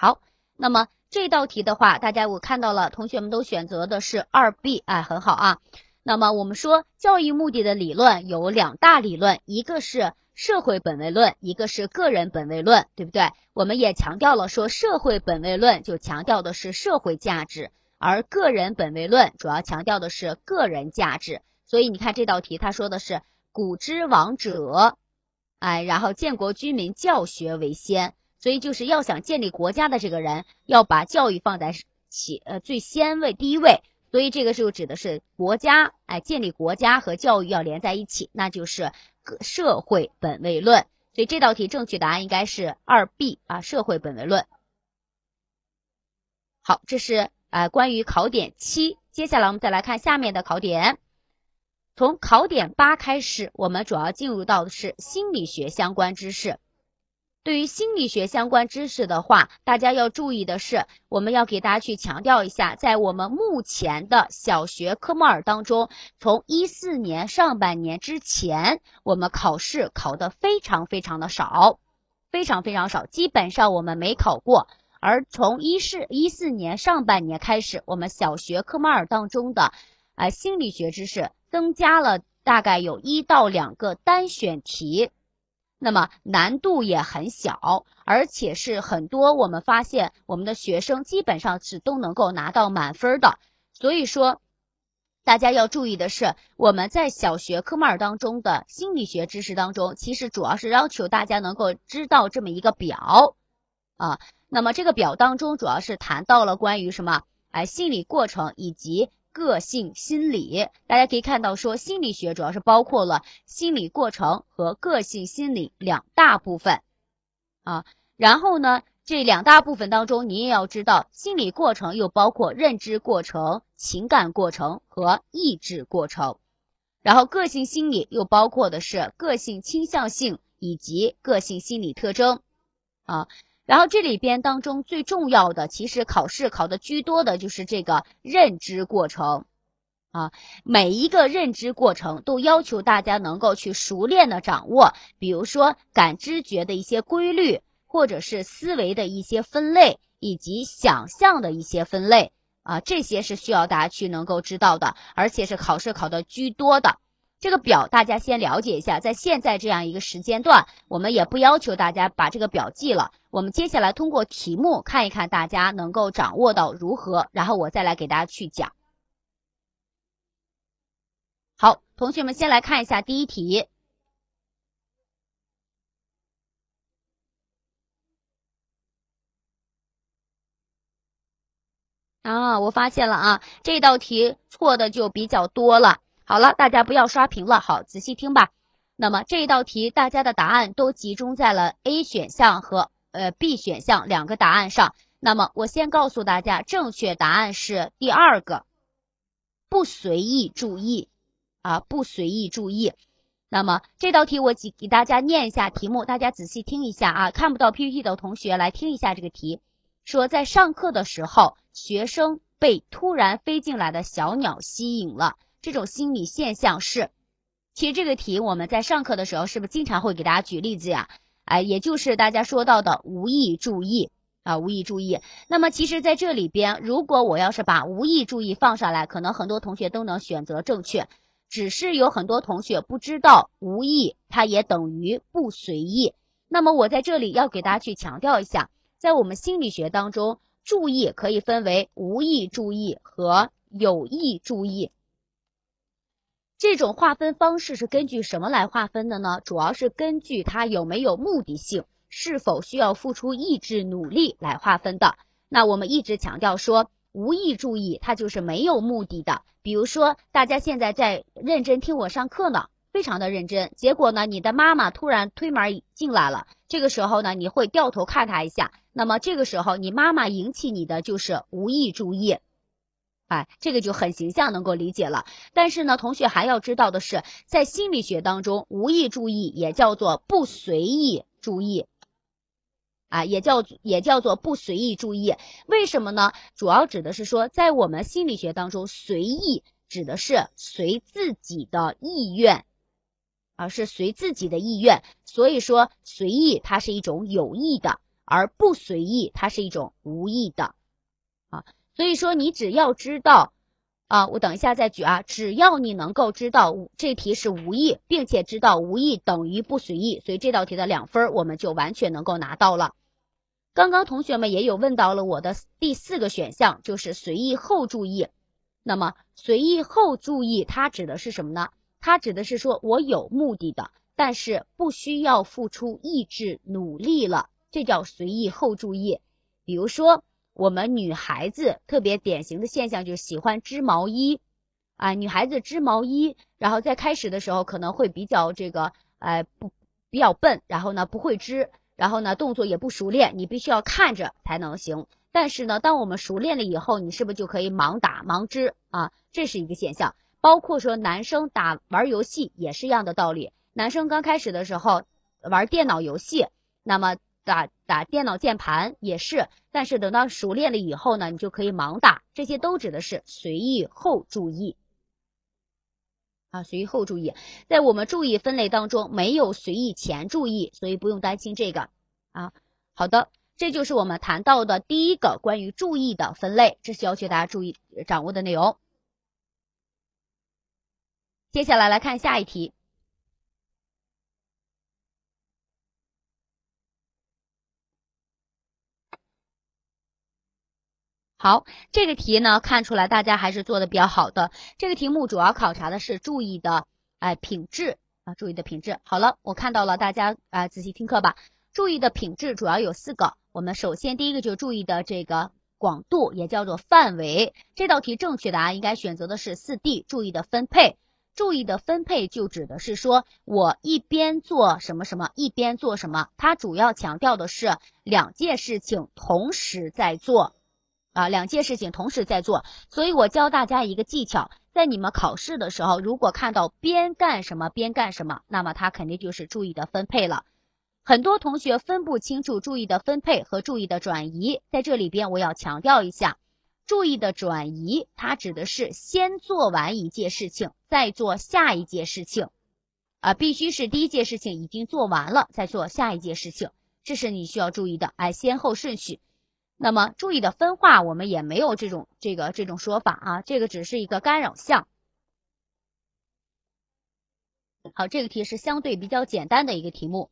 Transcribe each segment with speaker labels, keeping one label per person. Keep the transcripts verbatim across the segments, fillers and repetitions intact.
Speaker 1: 好，那么这道题的话，大家我看到了，同学们都选择的是二 B， 哎，很好啊。那么我们说教育目的的理论有两大理论，一个是社会本位论，一个是个人本位论，对不对？我们也强调了说社会本位论就强调的是社会价值，而个人本位论主要强调的是个人价值。所以你看这道题他说的是古之王者，哎，然后建国军民教学为先，所以就是要想建立国家的这个人要把教育放在起呃最先位第一位，所以这个就指的是国家，哎，建立国家和教育要连在一起，那就是社会本位论。所以这道题正确答案应该是二 B 啊，社会本位论。好，这是呃关于考点七，接下来我们再来看下面的考点。从考点八开始，我们主要进入到的是心理学相关知识。对于心理学相关知识的话，大家要注意的是，我们要给大家去强调一下，在我们目前的小学科目二当中，从一四年上半年之前，我们考试考得非常非常的少，非常非常少，基本上我们没考过。而从一四一四年上半年开始，我们小学科目二当中的呃心理学知识增加了大概有一到两个单选题。那么难度也很小，而且是很多我们发现我们的学生基本上是都能够拿到满分的。所以说大家要注意的是，我们在小学科目二当中的心理学知识当中，其实主要是要求大家能够知道这么一个表啊。那么这个表当中主要是谈到了关于什么哎心理过程以及个性心理，大家可以看到说心理学主要是包括了心理过程和个性心理两大部分啊。然后呢，这两大部分当中你也要知道，心理过程又包括认知过程、情感过程和意志过程。然后个性心理又包括的是个性倾向性以及个性心理特征啊。然后这里边当中最重要的，其实考试考的居多的就是这个认知过程啊。每一个认知过程都要求大家能够去熟练的掌握，比如说感知觉的一些规律，或者是思维的一些分类，以及想象的一些分类啊，这些是需要大家去能够知道的，而且是考试考的居多的。这个表大家先了解一下，在现在这样一个时间段，我们也不要求大家把这个表记了，我们接下来通过题目看一看大家能够掌握到如何，然后我再来给大家去讲。好，同学们先来看一下第一题。啊，我发现了啊，这道题错的就比较多了。好了，大家不要刷屏了，好，仔细听吧。那么这一道题大家的答案都集中在了 A 选项和呃 B 选项两个答案上。那么我先告诉大家，正确答案是第二个，不随意注意啊，不随意注意。那么这道题我给给大家念一下题目，大家仔细听一下啊，看不到 P P T 的同学来听一下这个题。说在上课的时候，学生被突然飞进来的小鸟吸引了，这种心理现象是，其实这个题我们在上课的时候是不是经常会给大家举例子呀？哎，也就是大家说到的无意注意啊，无意注意。那么其实在这里边，如果我要是把无意注意放上来，可能很多同学都能选择正确，只是有很多同学不知道无意它也等于不随意。那么我在这里要给大家去强调一下，在我们心理学当中，注意可以分为无意注意和有意注意。这种划分方式是根据什么来划分的呢？主要是根据它有没有目的性，是否需要付出意志努力来划分的。那我们一直强调说，无意注意它就是没有目的的。比如说，大家现在在认真听我上课呢，非常的认真，结果呢，你的妈妈突然推门进来了，这个时候呢，你会掉头看她一下，那么这个时候你妈妈引起你的就是无意注意。哎，这个就很形象能够理解了。但是呢，同学还要知道的是，在心理学当中，无意注意也叫做不随意注意啊，也叫也叫做不随意注意。为什么呢？主要指的是说，在我们心理学当中，随意指的是随自己的意愿啊，是随自己的意愿。所以说，随意它是一种有意的， 而不随意它是一种无意的啊。所以说你只要知道啊，我等一下再举啊，只要你能够知道这题是无意，并且知道无意等于不随意，所以这道题的两分我们就完全能够拿到了。刚刚同学们也有问到了我的第四个选项，就是随意后注意。那么随意后注意它指的是什么呢？它指的是说我有目的的，但是不需要付出意志努力了，这叫随意后注意。比如说我们女孩子特别典型的现象就是喜欢织毛衣啊，女孩子织毛衣，然后在开始的时候可能会比较这个呃不比较笨，然后呢不会织，然后呢动作也不熟练，你必须要看着才能行。但是呢，当我们熟练了以后，你是不是就可以盲打盲织啊？这是一个现象。包括说男生打玩游戏也是一样的道理。男生刚开始的时候玩电脑游戏，那么打打电脑键盘也是，但是等到熟练了以后呢，你就可以盲打。这些都指的是随意后注意啊，随意后注意。在我们注意分类当中没有随意前注意，所以不用担心这个啊。好的。这就是我们谈到的第一个关于注意的分类，这是要求大家注意掌握的内容。接下来来看下一题。好，这个题呢，看出来大家还是做的比较好的。这个题目主要考察的是注意的哎品质啊，注意的品质。好了，我看到了，大家啊仔细听课吧。注意的品质主要有四个。我们首先第一个就是注意的这个广度，也叫做范围。这道题正确答案应该选择的是四 D， 注意的分配。注意的分配就指的是说我一边做什么什么，一边做什么，它主要强调的是两件事情同时在做啊，两件事情同时在做。所以我教大家一个技巧，在你们考试的时候，如果看到边干什么边干什么，那么它肯定就是注意的分配了。很多同学分不清楚注意的分配和注意的转移，在这里边我要强调一下，注意的转移它指的是先做完一件事情再做下一件事情啊，必须是第一件事情已经做完了再做下一件事情，这是你需要注意的哎，先后顺序。那么注意的分化我们也没有这种这个这种说法啊，这个只是一个干扰项。好，这个题是相对比较简单的一个题目。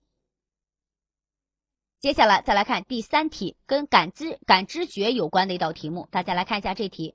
Speaker 1: 接下来再来看第三题，跟感知感知觉有关的一道题目，大家来看一下这题。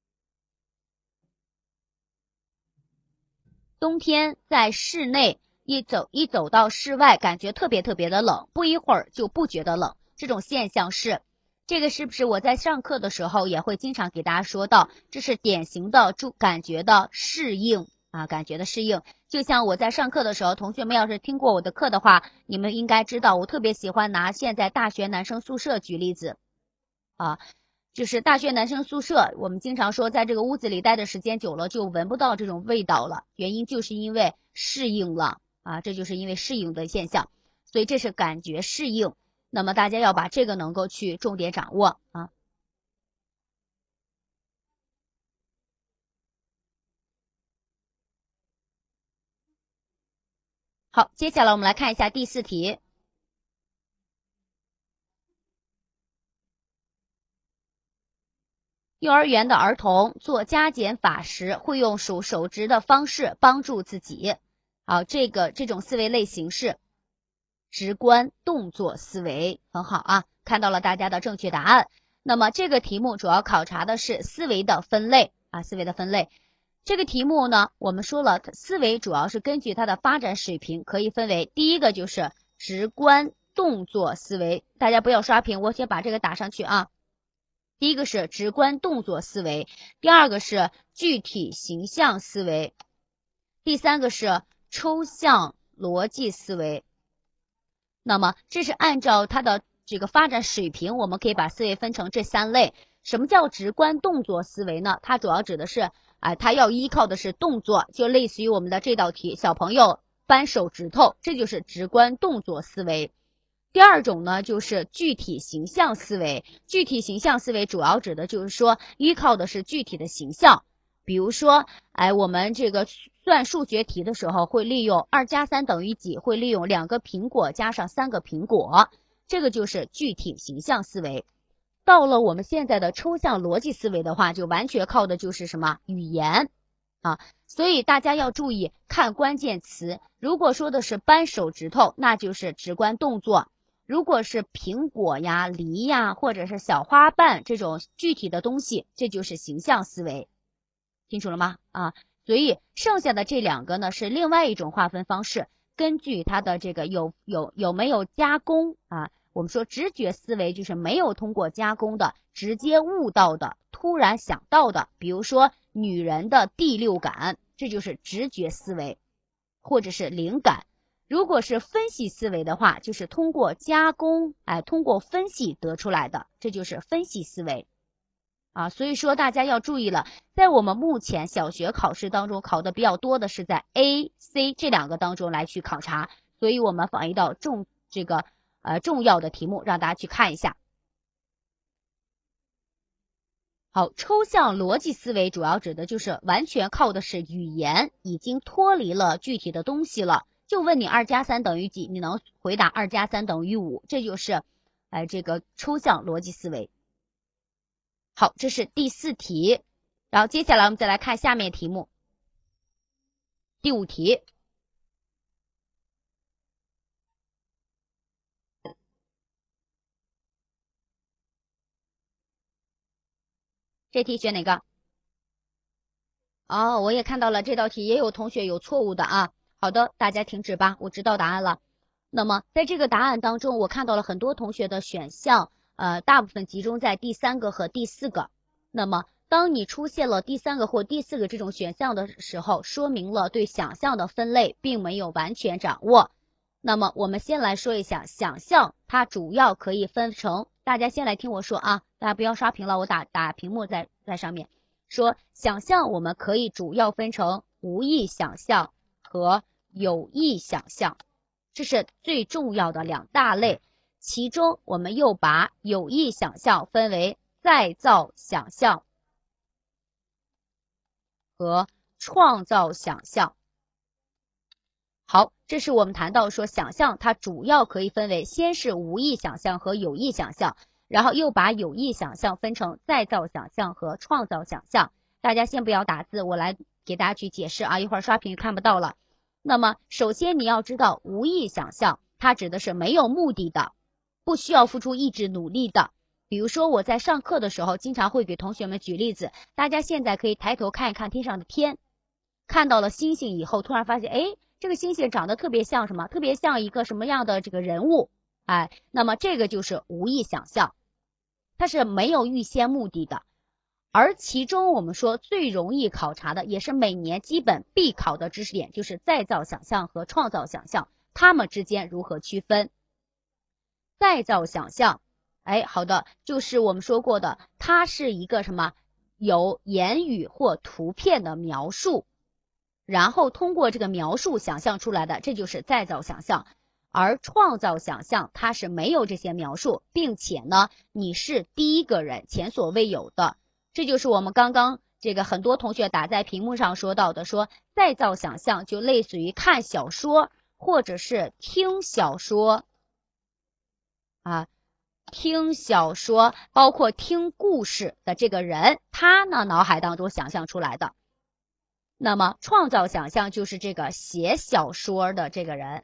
Speaker 1: 冬天在室内一走一走到室外，感觉特别特别的冷，不一会儿就不觉得冷，这种现象是，这个是不是我在上课的时候也会经常给大家说到，这是典型的注感觉的适应啊，感觉的适应。就像我在上课的时候，同学们要是听过我的课的话，你们应该知道我特别喜欢拿现在大学男生宿舍举例子啊，就是大学男生宿舍，我们经常说在这个屋子里待的时间久了就闻不到这种味道了，原因就是因为适应了啊，这就是因为适应的现象，所以这是感觉适应。那么大家要把这个能够去重点掌握啊。好，接下来我们来看一下第四题。幼儿园的儿童做加减法时会用数手指的方式帮助自己。好，这个这种思维类型是直观动作思维，很好啊，看到了大家的正确答案。那么这个题目主要考察的是思维的分类啊，思维的分类。这个题目呢，我们说了，思维主要是根据它的发展水平可以分为，第一个就是直观动作思维，大家不要刷屏，我先把这个打上去啊。第一个是直观动作思维，第二个是具体形象思维，第三个是抽象逻辑思维。那么这是按照它的这个发展水平，我们可以把思维分成这三类。什么叫直观动作思维呢？它主要指的是啊、呃，它要依靠的是动作，就类似于我们的这道题，小朋友扳手指头，这就是直观动作思维。第二种呢，就是具体形象思维。具体形象思维主要指的就是说，依靠的是具体的形象。比如说，哎，我们这个算数学题的时候，会利用二加三等于几，会利用两个苹果加上三个苹果。 这个就是具体形象思维。到了我们现在的抽象逻辑思维的话，就完全靠的就是什么语言啊，所以大家要注意看关键词。如果说的是扳手指头，那就是直观动作；如果是苹果呀、梨呀，或者是小花瓣这种具体的东西，这就是形象思维。清楚了吗？啊，所以剩下的这两个呢是另外一种划分方式，根据它的这个有有有没有加工啊。我们说直觉思维就是没有通过加工的，直接悟到的，突然想到的，比如说女人的第六感，这就是直觉思维，或者是灵感。如果是分析思维的话，就是通过加工，哎，通过分析得出来的，这就是分析思维啊。所以说大家要注意了，在我们目前小学考试当中考的比较多的是在 A、C 这两个当中来去考察，所以我们仿一道重这个呃重要的题目让大家去看一下。好，抽象逻辑思维主要指的就是完全靠的是语言，已经脱离了具体的东西了。就问你二加三等于几，你能回答二加三等于五，这就是呃这个抽象逻辑思维。好，这是第四题，然后接下来我们再来看下面题目。第五题，这题选哪个？哦，我也看到了这道题也有同学有错误的啊。好的，大家停止吧，我知道答案了。那么在这个答案当中，我看到了很多同学的选项，呃，大部分集中在第三个和第四个。那么当你出现了第三个或第四个这种选项的时候，说明了对想象的分类并没有完全掌握。那么我们先来说一下想象，它主要可以分成，大家先来听我说啊，大家不要刷屏了，我打打屏幕在在上面说，想象我们可以主要分成无意想象和有意想象，这是最重要的两大类。其中我们又把有意想象分为再造想象和创造想象。好，这是我们谈到说想象它主要可以分为，先是无意想象和有意想象，然后又把有意想象分成再造想象和创造想象。大家先不要打字，我来给大家去解释啊，一会儿刷屏看不到了。那么首先你要知道，无意想象它指的是没有目的的，不需要付出意志努力的。比如说我在上课的时候经常会给同学们举例子，大家现在可以抬头看一看天上的天，看到了星星以后突然发现，哎，这个星星长得特别像什么？特别像一个什么样的这个人物？哎，那么这个就是无意想象，它是没有预先目的的。而其中我们说最容易考察的，也是每年基本必考的知识点，就是再造想象和创造想象，它们之间如何区分？再造想象，哎，好的，就是我们说过的，它是一个什么？有言语或图片的描述，然后通过这个描述想象出来的，这就是再造想象。而创造想象它是没有这些描述，并且呢，你是第一个人，前所未有的。这就是我们刚刚这个很多同学打在屏幕上说到的，说再造想象就类似于看小说或者是听小说啊，听小说包括听故事的这个人，他呢脑海当中想象出来的。那么创造想象就是这个写小说的这个人。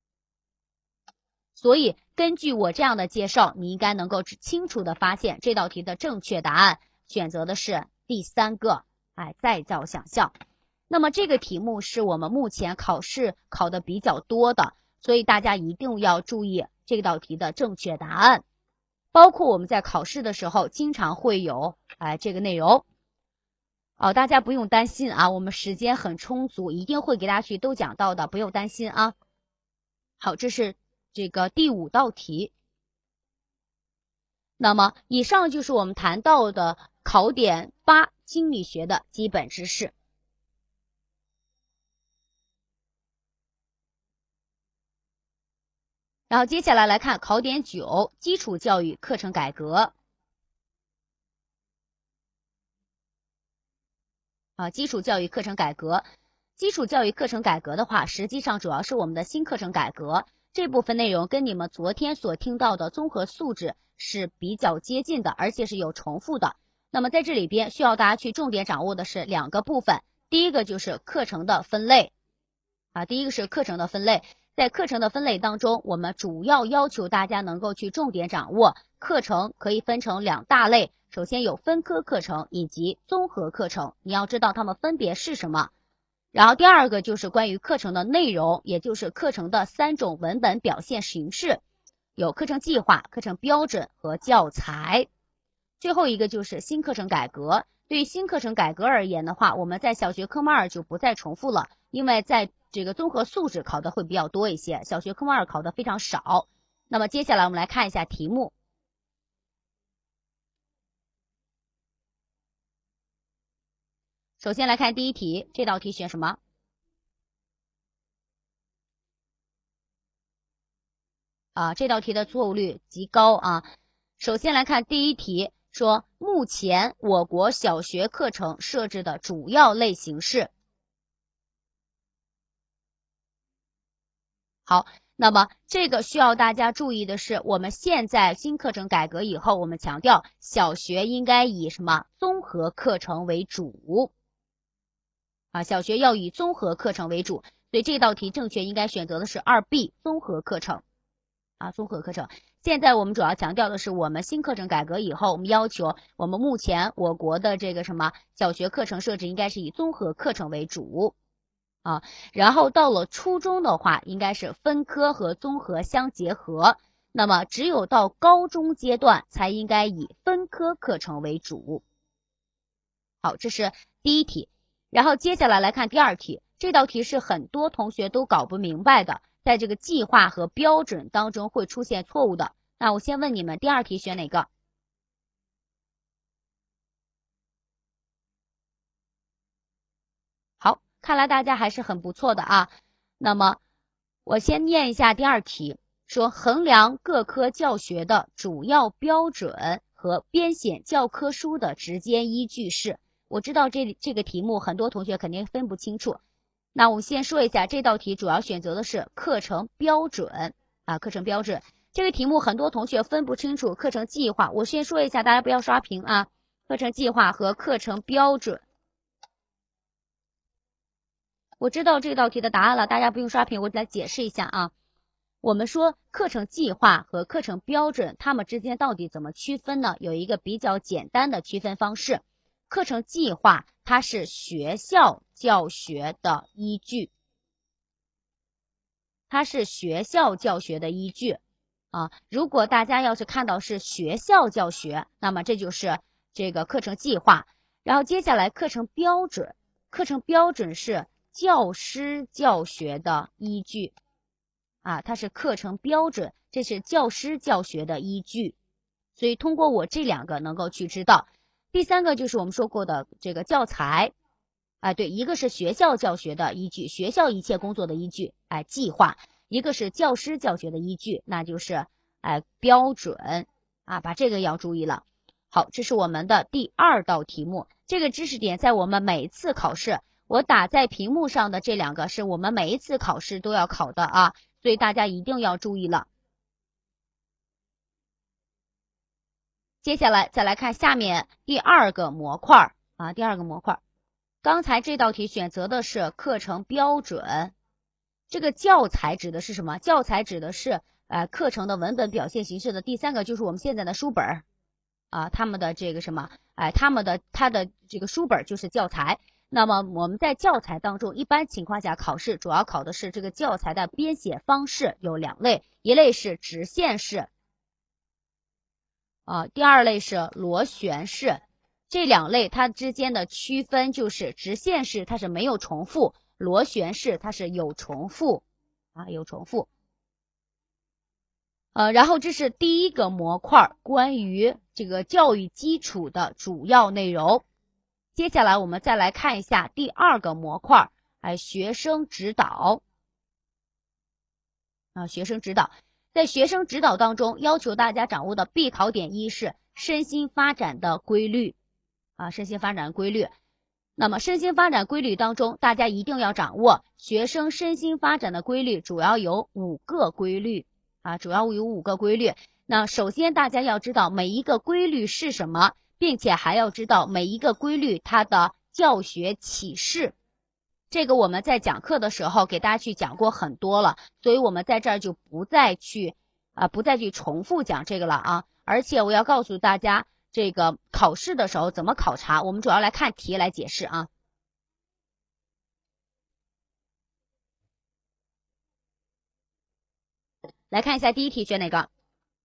Speaker 1: 所以根据我这样的介绍，你应该能够清楚的发现这道题的正确答案选择的是第三个，哎，再造想象。那么这个题目是我们目前考试考的比较多的，所以大家一定要注意这道题的正确答案。包括我们在考试的时候经常会有哎这个内容。哦，大家不用担心啊，我们时间很充足，一定会给大家去都讲到的，不用担心啊。好，这是这个第五道题。那么以上就是我们谈到的考点八心理学的基本知识。然后接下来来看考点九基础教育课程改革。啊，基础教育课程改革，基础教育课程改革的话，实际上主要是我们的新课程改革。 这部分内容跟你们昨天所听到的综合素质是比较接近的，而且是有重复的。那么在这里边需要大家去重点掌握的是两个部分，第一个就是课程的分类啊，第一个是课程的分类。在课程的分类当中，我们主要要求大家能够去重点掌握课程可以分成两大类，首先有分科课程以及综合课程，你要知道它们分别是什么。然后第二个就是关于课程的内容，也就是课程的三种文本表现形式，有课程计划、课程标准和教材。最后一个就是新课程改革。对于新课程改革而言的话，我们在小学科目二就不再重复了，因为在这个综合素质考的会比较多一些，小学科目二考的非常少。那么接下来我们来看一下题目。首先来看第一题，这道题选什么？啊，这道题的错误率极高啊。首先来看第一题，说目前我国小学课程设置的主要类型是。好，那么这个需要大家注意的是，我们现在新课程改革以后，我们强调小学应该以什么综合课程为主啊，小学要以综合课程为主，所以这道题正确应该选择的是二 B 综合课程啊，综合课程。现在我们主要强调的是，我们新课程改革以后，我们要求我们目前我国的这个什么小学课程设置应该是以综合课程为主。啊，然后到了初中的话，应该是分科和综合相结合。那么只有到高中阶段才应该以分科课程为主。好，这是第一题。然后接下来来看第二题，这道题是很多同学都搞不明白的，在这个计划和标准当中会出现错误的。那我先问你们，第二题选哪个？好，看来大家还是很不错的啊。那么我先念一下第二题，说衡量各科教学的主要标准和编写教科书的直接依据是。我知道这这个题目很多同学肯定分不清楚。那我先说一下，这道题主要选择的是课程标准啊，课程标准。这个题目很多同学分不清楚课程计划，我先说一下，大家不要刷屏啊。课程计划和课程标准。我知道这道题的答案了，大家不用刷屏，我来解释一下啊。我们说课程计划和课程标准，它们之间到底怎么区分呢？有一个比较简单的区分方式。课程计划它是学校教学的依据，它是学校教学的依据啊。如果大家要是看到是学校教学，那么这就是这个课程计划。然后接下来课程标准，课程标准是教师教学的依据啊，它是课程标准，这是教师教学的依据。所以通过我这两个能够去知道。第三个就是我们说过的这个教材，哎，对，一个是学校教学的依据，学校一切工作的依据，哎，计划；一个是教师教学的依据，那就是哎标准啊，把这个要注意了。好，这是我们的第二道题目，这个知识点在我们每一次考试，我打在屏幕上的这两个是我们每一次考试都要考的啊，所以大家一定要注意了。接下来再来看下面第二个模块啊，第二个模块，刚才这道题选择的是课程标准，这个教材指的是什么？教材指的是呃课程的文本表现形式的第三个就是我们现在的书本啊，他们的这个什么，哎，他们的他的这个书本就是教材。那么我们在教材当中，一般情况下考试主要考的是这个教材的编写方式有两类，一类是直线式。啊，第二类是螺旋式，这两类它之间的区分就是直线式它是没有重复，螺旋式它是有重复啊，有重复。呃，然后这是第一个模块关于这个教育基础的主要内容。接下来我们再来看一下第二个模块，哎，学生指导啊，学生指导。在学生指导当中，要求大家掌握的必考点一是身心发展的规律啊，身心发展的规律。 那么身心发展规律当中，大家一定要掌握学生身心发展的规律，主要有五个规律啊，主要有五个规律。那首先大家要知道每一个规律是什么，并且还要知道每一个规律它的教学启示。这个我们在讲课的时候给大家去讲过很多了，所以我们在这儿就不再去啊、呃、不再去重复讲这个了啊。而且我要告诉大家，这个考试的时候怎么考察，我们主要来看题来解释啊。来看一下第一题选哪个？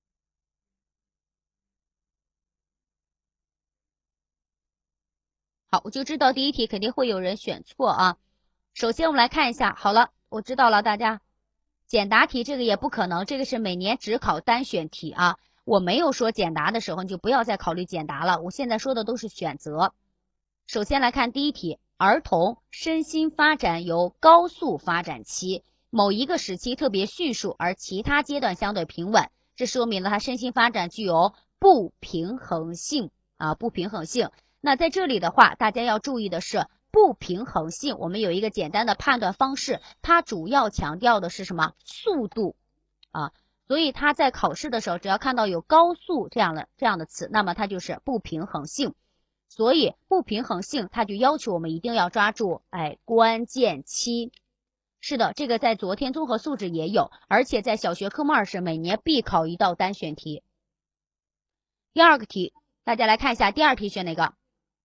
Speaker 1: 好，我就知道第一题肯定会有人选错啊。首先我们来看一下，好了，我知道了，大家简答题这个也不可能，这个是每年只考单选题啊。我没有说简答的时候你就不要再考虑简答了，我现在说的都是选择。首先来看第一题，儿童身心发展由高速发展期，某一个时期特别迅速，而其他阶段相对平稳，这说明了他身心发展具有不平衡性啊，不平衡性。那在这里的话，大家要注意的是不平衡性，我们有一个简单的判断方式，它主要强调的是什么？速度啊。所以他在考试的时候，只要看到有高速这样的这样的词，那么它就是不平衡性。所以不平衡性，它就要求我们一定要抓住，哎，关键期。是的，这个在昨天综合素质也有，而且在小学科目二是每年必考一道单选题。第二个题，大家来看一下，第二题选哪个？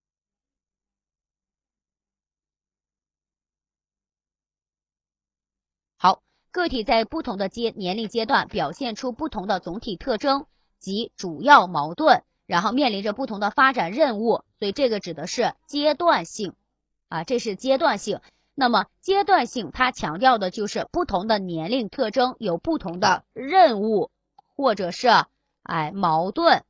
Speaker 1: 好。个体在不同的阶年龄阶段表现出不同的总体特征及主要矛盾，然后面临着不同的发展任务，所以这个指的是阶段性啊，这是阶段性。那么阶段性它强调的就是不同的年龄特征有不同的任务或者是哎矛盾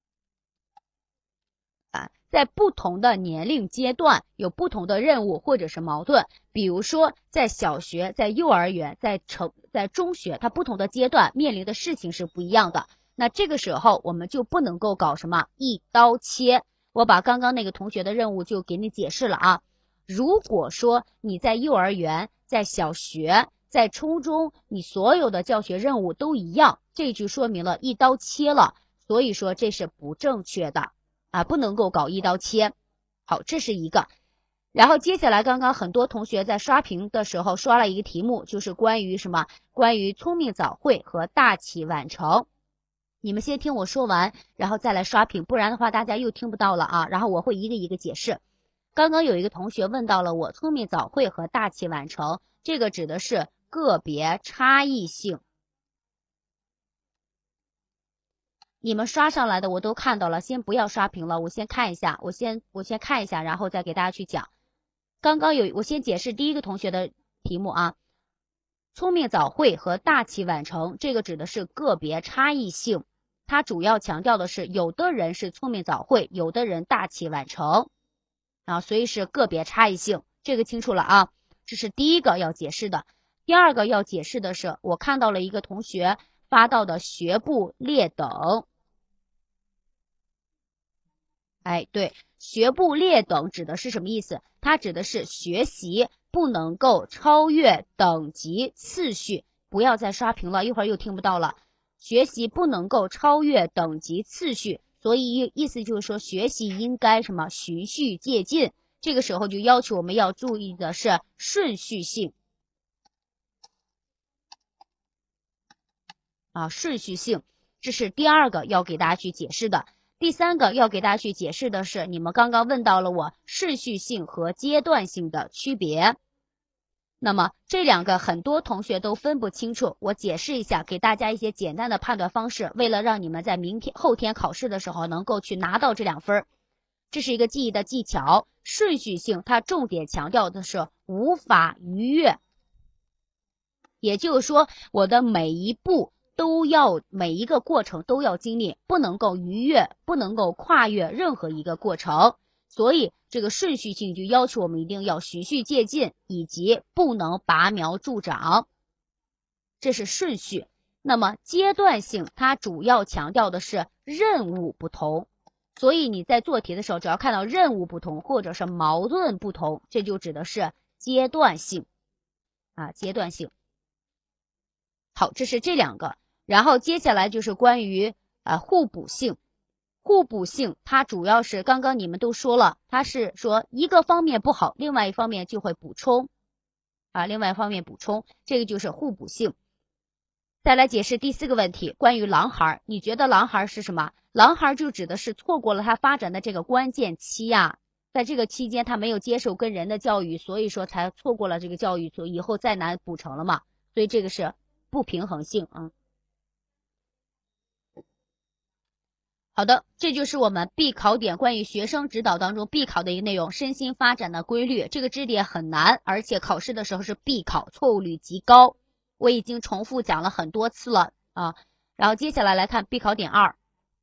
Speaker 1: 啊，在不同的年龄阶段有不同的任务或者是矛盾。比如说在小学、在幼儿园、在成在中学，它不同的阶段面临的事情是不一样的。那这个时候我们就不能够搞什么一刀切。我把刚刚那个同学的任务就给你解释了啊。如果说你在幼儿园、在小学、在初中，你所有的教学任务都一样，这就说明了一刀切了，所以说这是不正确的啊，不能够搞一刀切。好，这是一个。然后接下来刚刚很多同学在刷屏的时候刷了一个题目，就是关于什么？关于聪明早会和大器晚成。你们先听我说完，然后再来刷屏，不然的话大家又听不到了啊。然后我会一个一个解释。刚刚有一个同学问到了我，聪明早会和大器晚成，这个指的是个别差异性。你们刷上来的我都看到了，先不要刷屏了，我先看一下，我先我先看一下，然后再给大家去讲。刚刚有我先解释第一个同学的题目啊，聪明早会和大器晚成，这个指的是个别差异性，它主要强调的是有的人是聪明早会，有的人大器晚成啊，所以是个别差异性，这个清楚了啊，这是第一个要解释的。第二个要解释的是，我看到了一个同学发到的学步列等。哎，对，学步列等指的是什么意思？它指的是学习不能够超越等级次序。不要再刷屏了，一会儿又听不到了。学习不能够超越等级次序，所以意思就是说学习应该什么循序渐进。这个时候就要求我们要注意的是顺序性啊，顺序性，这是第二个要给大家去解释的。第三个要给大家去解释的是，你们刚刚问到了我顺序性和阶段性的区别。那么这两个很多同学都分不清楚，我解释一下，给大家一些简单的判断方式，为了让你们在明天后天考试的时候能够去拿到这两分。这是一个记忆的技巧。顺序性它重点强调的是无法逾越，也就是说我的每一步都要每一个过程都要经历，不能够逾越，不能够跨越任何一个过程。所以这个顺序性就要求我们一定要循序渐进，以及不能拔苗助长，这是顺序。那么阶段性它主要强调的是任务不同， 所以你在做题的时候，只要看到任务不同或者是矛盾不同，这就指的是阶段性啊，阶段性。好，这是这两个。然后接下来就是关于啊互补性。互补性它主要是刚刚你们都说了，它是说一个方面不好，另外一方面就会补充啊，另外一方面补充，这个就是互补性。再来解释第四个问题，关于狼孩，你觉得狼孩是什么？狼孩就指的是错过了他发展的这个关键期呀，在这个期间他没有接受跟人的教育，所以说才错过了这个教育，所以以后再难补成了嘛，所以这个是不平衡性啊。好的，这就是我们必考点关于学生指导当中必考的一个内容，身心发展的规律。这个知识点很难，而且考试的时候是必考，错误率极高。我已经重复讲了很多次了啊。然后接下来来看必考点二。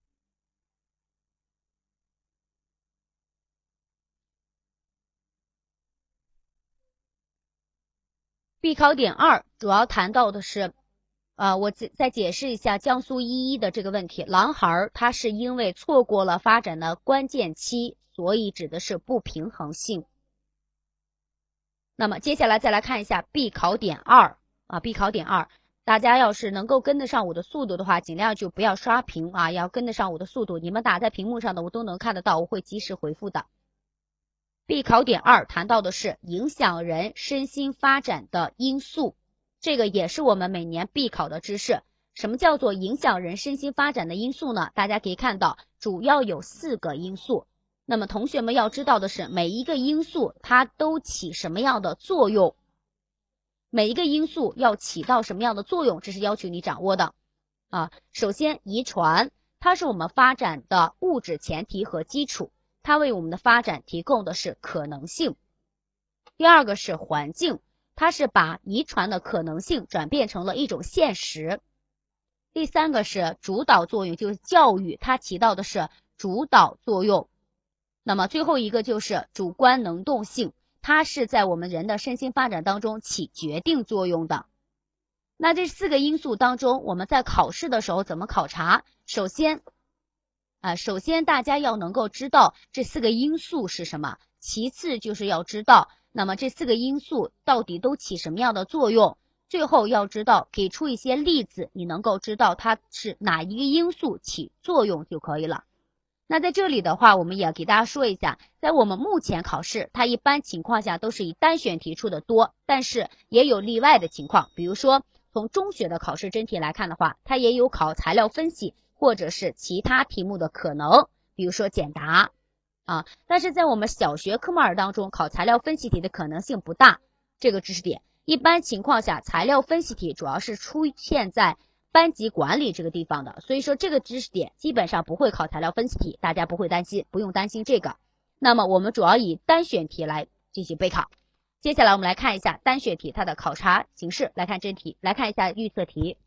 Speaker 1: 必考点二主要谈到的是呃，我再再解释一下江苏一一的这个问题，狼孩他是因为错过了发展的关键期，所以指的是不平衡性。那么接下来再来看一下必考点二啊，必考点二，大家要是能够跟得上我的速度的话，尽量就不要刷屏啊，要跟得上我的速度，你们打在屏幕上的我都能看得到，我会及时回复的。必考点二谈到的是影响人身心发展的因素。这个也是我们每年必考的知识。什么叫做影响人身心发展的因素呢？大家可以看到，主要有四个因素。那么同学们要知道的是，每一个因素它都起什么样的作用？每一个因素要起到什么样的作用？这是要求你掌握的啊。首先，遗传，它是我们发展的物质前提和基础，它为我们的发展提供的是可能性。第二个是环境。它是把遗传的可能性转变成了一种现实。第三个是主导作用，就是教育，它起到的是主导作用。那么最后一个就是主观能动性，它是在我们人的身心发展当中起决定作用的。那这四个因素当中，我们在考试的时候怎么考察？首先啊，首先大家要能够知道这四个因素是什么，其次就是要知道那么这四个因素到底都起什么样的作用？最后要知道给出一些例子，你能够知道它是哪一个因素起作用就可以了。那在这里的话，我们也要给大家说一下，在我们目前考试，它一般情况下都是以单选题出的多，但是也有例外的情况。比如说从中学的考试真题来看的话，它也有考材料分析或者是其他题目的可能，比如说简答。啊，但是在我们小学科目二当中，考材料分析题的可能性不大。这个知识点，一般情况下，材料分析题主要是出现在班级管理这个地方的，所以说这个知识点基本上不会考材料分析题，大家不会担心，不用担心这个。那么我们主要以单选题来进行备考。接下来我们来看一下单选题它的考察形式，来看真题，来看一下预测题。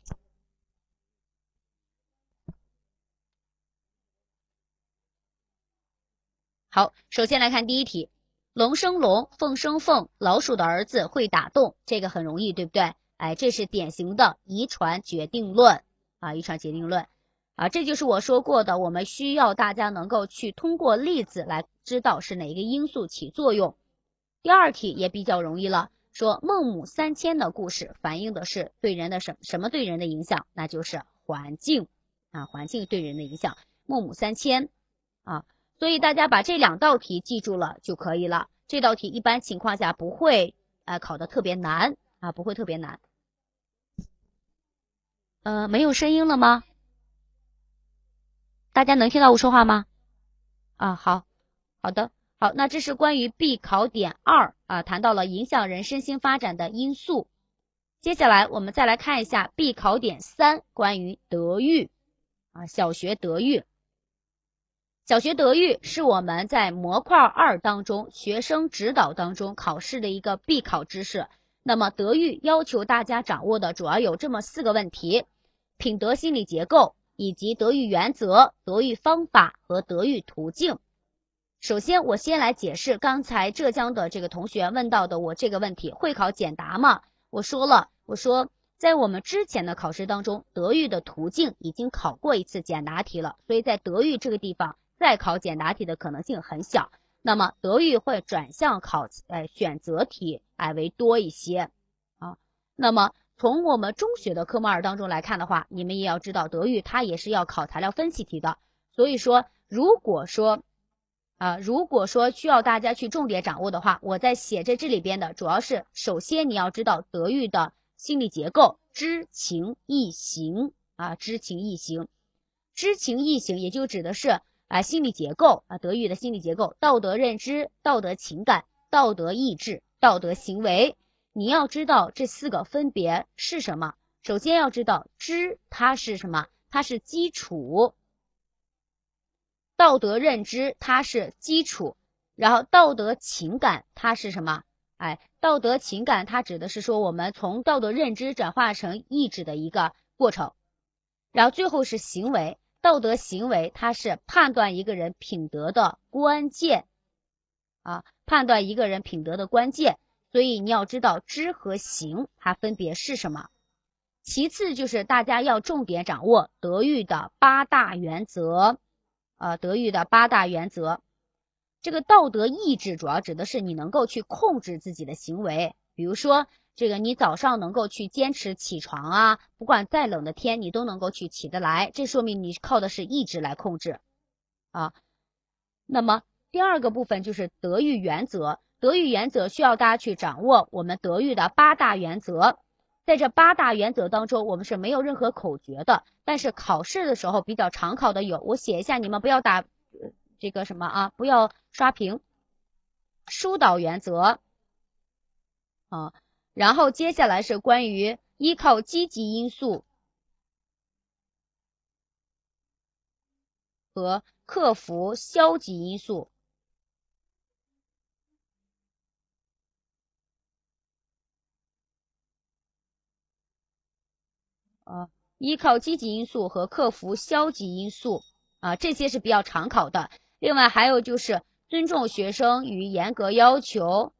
Speaker 1: 好，首先来看第一题，龙生龙，凤生凤，老鼠的儿子会打洞，这个很容易，对不对？哎，这是典型的遗传决定论啊，遗传决定论啊，这就是我说过的，我们需要大家能够去通过例子来知道是哪一个因素起作用。第二题也比较容易了，说孟母三迁的故事反映的是对人的什什么对人的影响？那就是环境啊，环境对人的影响。孟母三迁啊。所以大家把这两道题记住了就可以了。这道题一般情况下不会呃考得特别难啊，不会特别难。呃，没有声音了吗？大家能听到我说话吗？啊，好，好的，好，那这是关于必考点二啊，谈到了影响人身心发展的因素。接下来我们再来看一下必考点三，关于德育啊，小学德育。小学德育是我们在模块二当中学生指导当中考试的一个必考知识。那么德育要求大家掌握的主要有这么四个问题：品德心理结构，以及德育原则、德育方法和德育途径。首先我先来解释刚才浙江的这个同学问到的我这个问题，会考简答吗？我说了，我说在我们之前的考试当中，德育的途径已经考过一次简答题了，所以在德育这个地方再考简答题的可能性很小。那么德育会转向考呃选择题哎为多一些啊。那么从我们中学的科目二当中来看的话，你们也要知道德育它也是要考材料分析题的。所以说如果说啊、呃，如果说需要大家去重点掌握的话，我在写在这里边的主要是首先你要知道德育的心理结构，知情意行啊，知情意行，知情意行也就指的是啊心理结构啊，德育的心理结构，道德认知、道德情感、道德意志、道德行为。你要知道这四个分别是什么。首先要知道知它是什么，它是基础。道德认知它是基础，然后道德情感它是什么？哎，道德情感它指的是说我们从道德认知转化成意志的一个过程。然后最后是行为，道德行为它是判断一个人品德的关键啊，判断一个人品德的关键。所以你要知道知和行它分别是什么。其次就是大家要重点掌握德育的八大原则。呃，德育的八大原则，这个道德意志主要指的是你能够去控制自己的行为，比如说这个你早上能够去坚持起床啊，不管再冷的天你都能够去起得来，这说明你靠的是意志来控制啊。那么第二个部分就是德育原则，德育原则需要大家去掌握我们德育的八大原则。在这八大原则当中，我们是没有任何口诀的，但是考试的时候比较常考的有，我写一下，你们不要打、呃、这个什么啊，不要刷屏。疏导原则啊，然后接下来是关于依靠积极因素和克服消极因素。呃，依靠积极因素和克服消极因素啊，这些是比较常考的。另外还有就是尊重学生与严格要求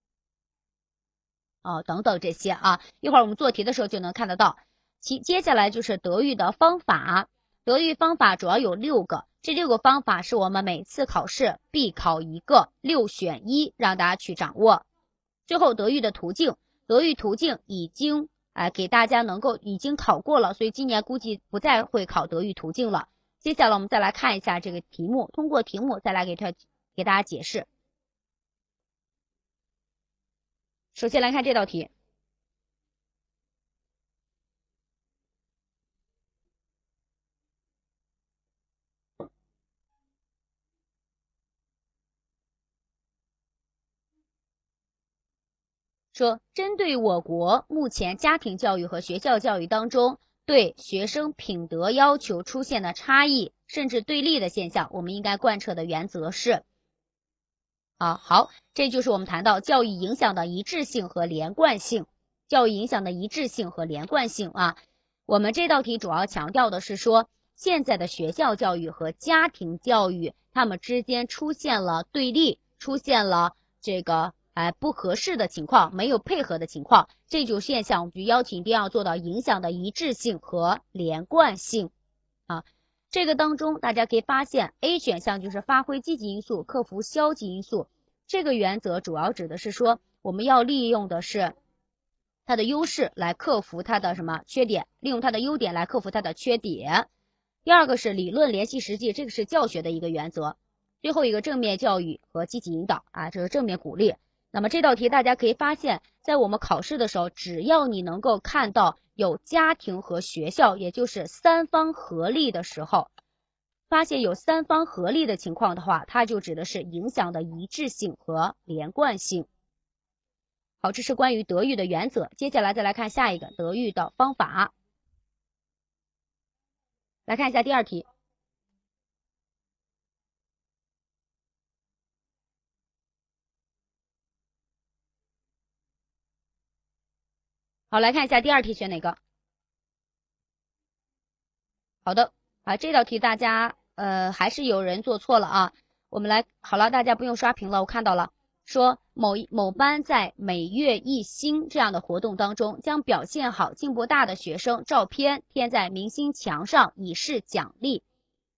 Speaker 1: 啊等等这些啊，一会儿我们做题的时候就能看得到。其接下来就是德育的方法，德育方法主要有六个，这六个方法是我们每次考试必考一个，六选一，让大家去掌握。最后德育的途径，德育途径已经哎，给大家能够已经考过了，所以今年估计不再会考德育途径了。接下来我们再来看一下这个题目，通过题目再来给它给大家解释。首先来看这道题，说针对我国目前家庭教育和学校教育当中对学生品德要求出现的差异甚至对立的现象，我们应该贯彻的原则是啊，好，这就是我们谈到教育影响的一致性和连贯性，教育影响的一致性和连贯性啊。我们这道题主要强调的是说，现在的学校教育和家庭教育，它们之间出现了对立，出现了这个哎不合适的情况，没有配合的情况，这种现象我们就要求一定要做到影响的一致性和连贯性啊。这个当中大家可以发现 A 选项就是发挥积极因素，克服消极因素。这个原则主要指的是说，我们要利用的是它的优势来克服它的什么缺点，利用它的优点来克服它的缺点。第二个是理论联系实际，这个是教学的一个原则。最后一个正面教育和积极引导啊，这是正面鼓励。那么这道题大家可以发现，在我们考试的时候，只要你能够看到有家庭和学校，也就是三方合力的时候，发现有三方合力的情况的话，它就指的是影响的一致性和连贯性。好，这是关于德育的原则。接下来再来看下一个德育的方法。来看一下第二题。好，来看一下第二题选哪个？好的啊，这道题大家呃还是有人做错了啊。我们来好了，大家不用刷屏了，我看到了，说某某班在每月一星这样的活动当中，将表现好、进步大的学生照片贴在明星墙上以示奖励。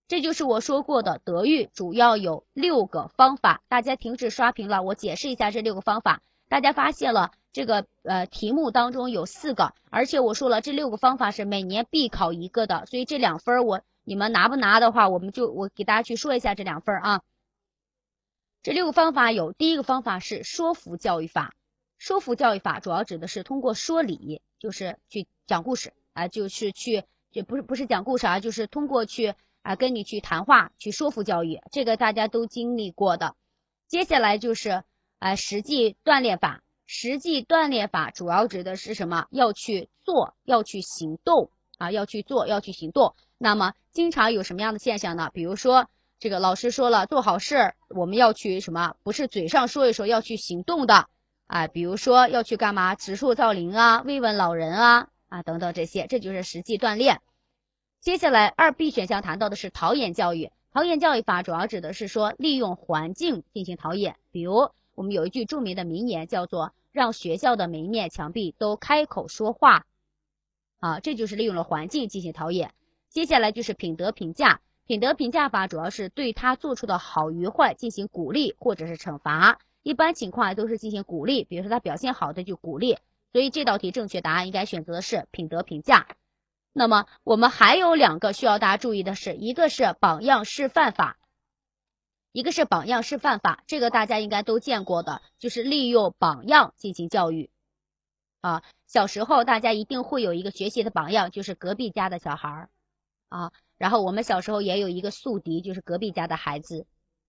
Speaker 1: 这就是我说过的德育主要有六个方法，大家停止刷屏了，我解释一下这六个方法。大家发现了这个呃题目当中有四个，而且我说了这六个方法是每年必考一个的，所以这两分我你们拿不拿的话，我们就我给大家去说一下这两分啊。这六个方法有第一个方法是说服教育法，说服教育法主要指的是通过说理，就是去讲故事啊，就是去就不是不是讲故事啊，就是通过去啊跟你去谈话去说服教育，这个大家都经历过的。接下来就是呃实际锻炼法，实际锻炼法主要指的是什么？要去做，要去行动啊，要去做，要去行动。那么经常有什么样的现象呢？比如说这个老师说了，做好事我们要去什么？不是嘴上说一说，要去行动的啊。比如说要去干嘛？植树造林啊，慰问老人啊啊等等这些，这就是实际锻炼。接下来二 B 选项谈到的是陶冶教育，陶冶教育法主要指的是说利用环境进行陶冶，比如我们有一句著名的名言叫做让学校的每一面墙壁都开口说话啊，这就是利用了环境进行陶冶。接下来就是品德评价，品德评价法主要是对他做出的好与坏进行鼓励或者是惩罚，一般情况都是进行鼓励，比如说他表现好的就鼓励，所以这道题正确答案应该选择的是品德评价。那么我们还有两个需要大家注意的是，一个是榜样示范法，一个是榜样示范法，这个大家应该都见过的，就是利用榜样进行教育啊。小时候大家一定会有一个学习的榜样，就是隔壁家的小孩啊，然后我们小时候也有一个宿敌，就是隔壁家的孩子。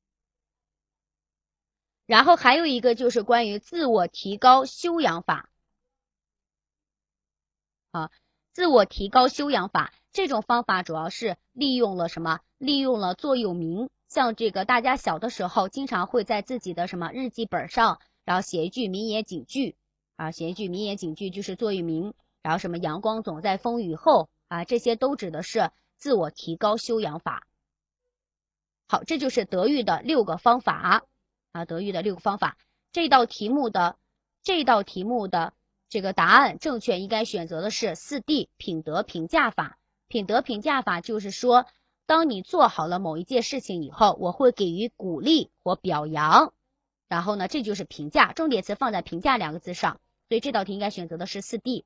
Speaker 1: 然后还有一个就是关于自我提高修养法啊。自我提高修养法这种方法主要是利用了什么？利用了座右铭，像这个大家小的时候经常会在自己的什么日记本上，然后写一句名言警句啊，写一句名言警句就是座右铭，然后什么阳光总在风雨后啊，这些都指的是自我提高修养法。好，这就是德育的六个方法啊，德育的六个方法。这道题目的这道题目的这个答案正确应该选择的是四 D 品德评价法。品德评价法就是说，当你做好了某一件事情以后，我会给予鼓励或表扬，然后呢，这就是评价，重点词放在评价两个字上，所以这道题应该选择的是四 D。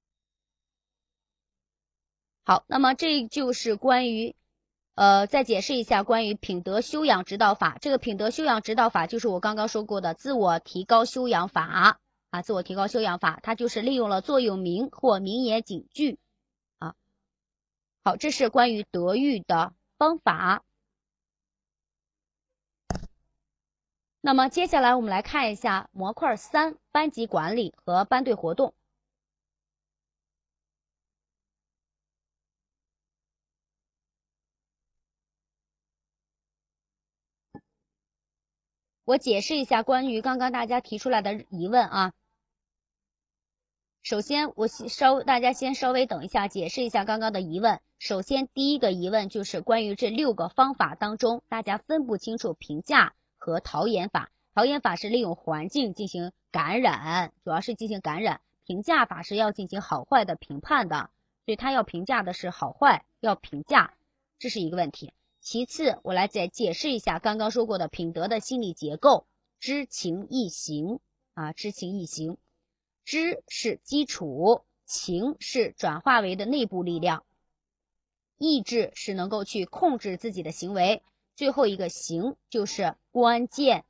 Speaker 1: 好，那么这就是关于呃，再解释一下关于品德修养指导法。这个品德修养指导法就是我刚刚说过的自我提高修养法啊，自我提高修养法，它就是利用了座右铭或名言警句啊。好，这是关于德育的方法。那么接下来我们来看一下模块三，班级管理和班队活动。我解释一下关于刚刚大家提出来的疑问啊。首先我稍大家先稍微等一下，解释一下刚刚的疑问。首先第一个疑问就是关于这六个方法当中，大家分不清楚评价和陶冶法。陶冶法是利用环境进行感染，主要是进行感染。评价法是要进行好坏的评判的，所以它要评价的是好坏，要评价，这是一个问题。其次，我来再解释一下刚刚说过的品德的心理结构，知情意行啊，知情意行。知是基础，情是转化为的内部力量，意志是能够去控制自己的行为，最后一个行就是关键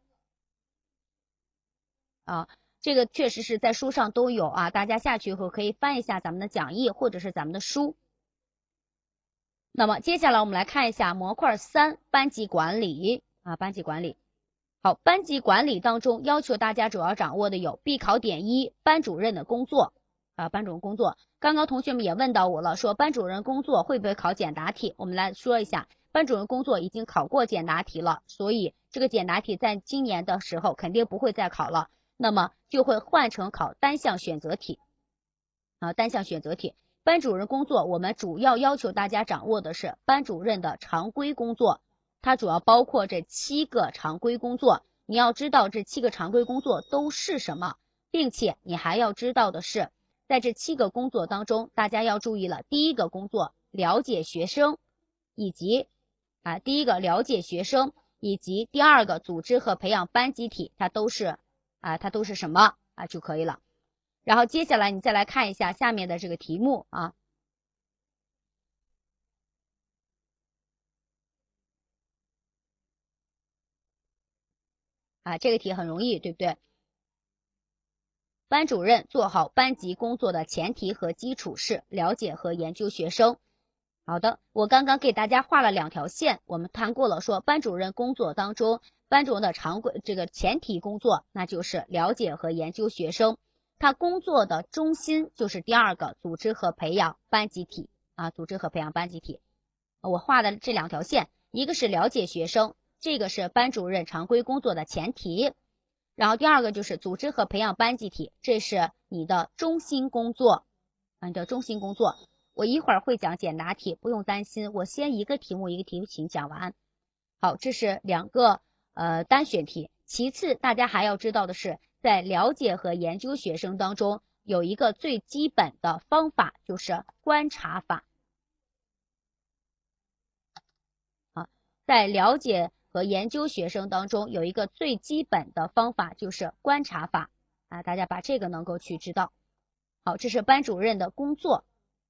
Speaker 1: 啊。这个确实是在书上都有啊，大家下去以后可以翻一下咱们的讲义或者是咱们的书。那么接下来我们来看一下模块三，班级管理啊，班级管理。好，班级管理当中要求大家主要掌握的有必考点一，班主任的工作啊，班主任工作。刚刚同学们也问到我了，说班主任工作会不会考简答题？我们来说一下，班主任工作已经考过简答题了，所以这个简答题在今年的时候肯定不会再考了，那么就会换成考单项选择题啊，单项选择题。班主任工作我们主要要求大家掌握的是班主任的常规工作。它主要包括这七个常规工作，你要知道这七个常规工作都是什么，并且你还要知道的是，在这七个工作当中，大家要注意了，第一个工作了解学生以及啊，第一个了解学生，以及第二个组织和培养班集体，它都是啊，它都是什么啊就可以了。然后接下来你再来看一下下面的这个题目啊。啊，这个题很容易，对不对？班主任做好班级工作的前提和基础是了解和研究学生。好的，我刚刚给大家画了两条线，我们谈过了，说班主任工作当中，班主任的常规这个前提工作，那就是了解和研究学生。他工作的中心就是第二个，组织和培养班集体啊，组织和培养班集体。我画的这两条线，一个是了解学生，这个是班主任常规工作的前提。然后第二个就是组织和培养班集体，这是你的中心工作，你的中心工作。我一会儿会讲简答题，不用担心，我先一个题目一个题型讲完。好，这是两个呃单选题。其次，大家还要知道的是，在了解和研究学生当中，有一个最基本的方法，就是观察法。啊，在了解和研究学生当中，有一个最基本的方法，就是观察法。啊，大家把这个能够去知道。好，这是班主任的工作。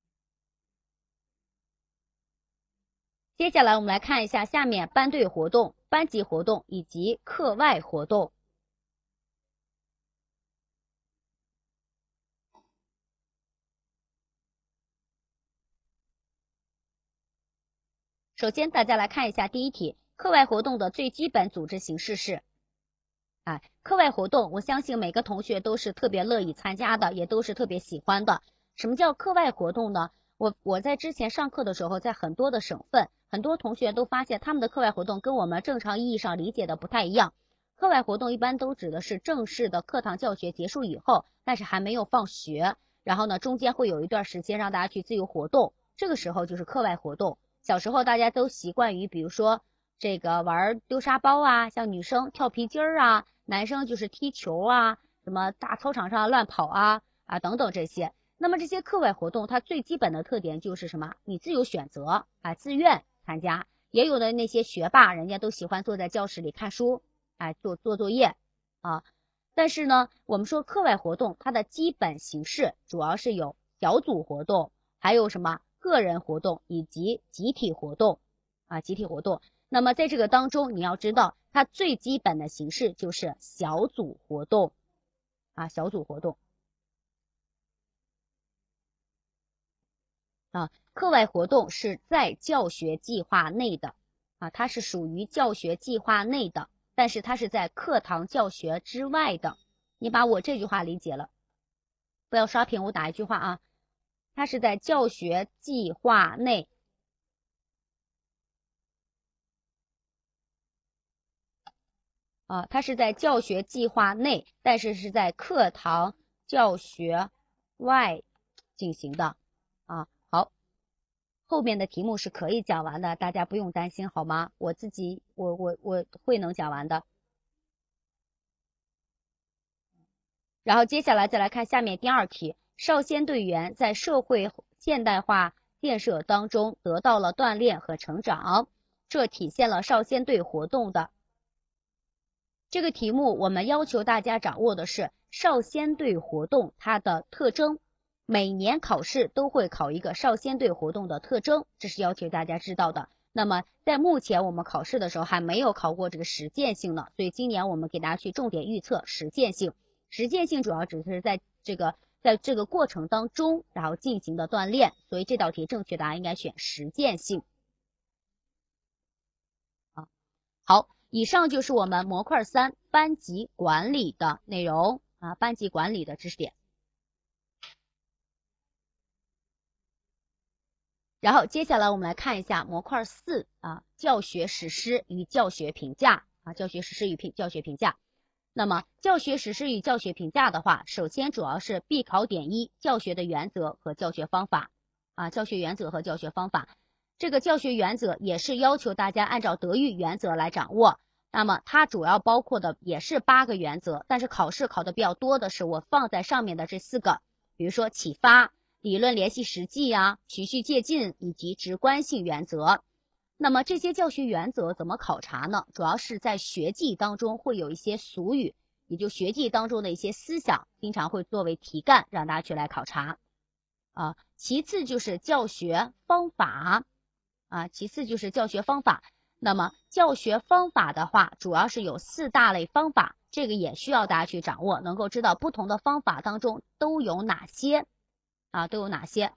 Speaker 1: 接下来我们来看一下下面班队活动、班级活动以及课外活动。首先大家来看一下第一题，课外活动的最基本组织形式是啊，课外活动我相信每个同学都是特别乐意参加的，也都是特别喜欢的。什么叫课外活动呢？我我在之前上课的时候，在很多的省份，很多同学都发现他们的课外活动跟我们正常意义上理解的不太一样。课外活动一般都指的是正式的课堂教学结束以后，但是还没有放学，然后呢中间会有一段时间让大家去自由活动，这个时候就是课外活动。小时候大家都习惯于比如说这个玩丢沙包啊，像女生跳皮筋儿啊，男生就是踢球啊，什么大操场上乱跑啊啊等等这些。那么这些课外活动它最基本的特点就是什么？你自由选择啊，自愿参加。也有的那些学霸，人家都喜欢坐在教室里看书，哎，做做作业啊。但是呢，我们说课外活动它的基本形式主要是有小组活动，还有什么个人活动以及集体活动啊，集体活动。那么在这个当中，你要知道它最基本的形式就是小组活动啊，小组活动啊，课外活动是在教学计划内的啊，它是属于教学计划内的，但是它是在课堂教学之外的。你把我这句话理解了，不要刷屏，我打一句话啊，它是在教学计划内。啊，它是在教学计划内，但是是在课堂教学外进行的啊。好，后面的题目是可以讲完的，大家不用担心好吗？我自己我我我会能讲完的。然后接下来再来看下面第二题，少先队员在社会现代化建设当中得到了锻炼和成长，这体现了少先队活动的。这个题目我们要求大家掌握的是少先队活动它的特征，每年考试都会考一个少先队活动的特征，这是要求大家知道的。那么在目前我们考试的时候还没有考过这个实践性呢，所以今年我们给大家去重点预测实践性。实践性主要只是在这个在这个过程当中然后进行的锻炼，所以这道题正确答案应该选实践性。啊，好。以上就是我们模块三班级管理的内容啊，班级管理的知识点。然后接下来我们来看一下模块四啊，教学实施与教学评价啊，教学实施与评教学评价。那么教学实施与教学评价的话，首先主要是必考点一，教学的原则和教学方法啊，教学原则和教学方法。这个教学原则也是要求大家按照德育原则来掌握，那么它主要包括的也是八个原则，但是考试考的比较多的是我放在上面的这四个，比如说启发、理论联系实际啊、循序渐进以及直观性原则。 那么这些教学原则怎么考察呢？主要是在学记当中会有一些俗语，也就学记当中的一些思想，经常会作为题干让大家去来考察啊。其次就是教学方法啊，其次就是教学方法。那么教学方法的话，主要是有四大类方法，这个也需要大家去掌握，能够知道不同的方法当中都有哪些啊，都有哪些。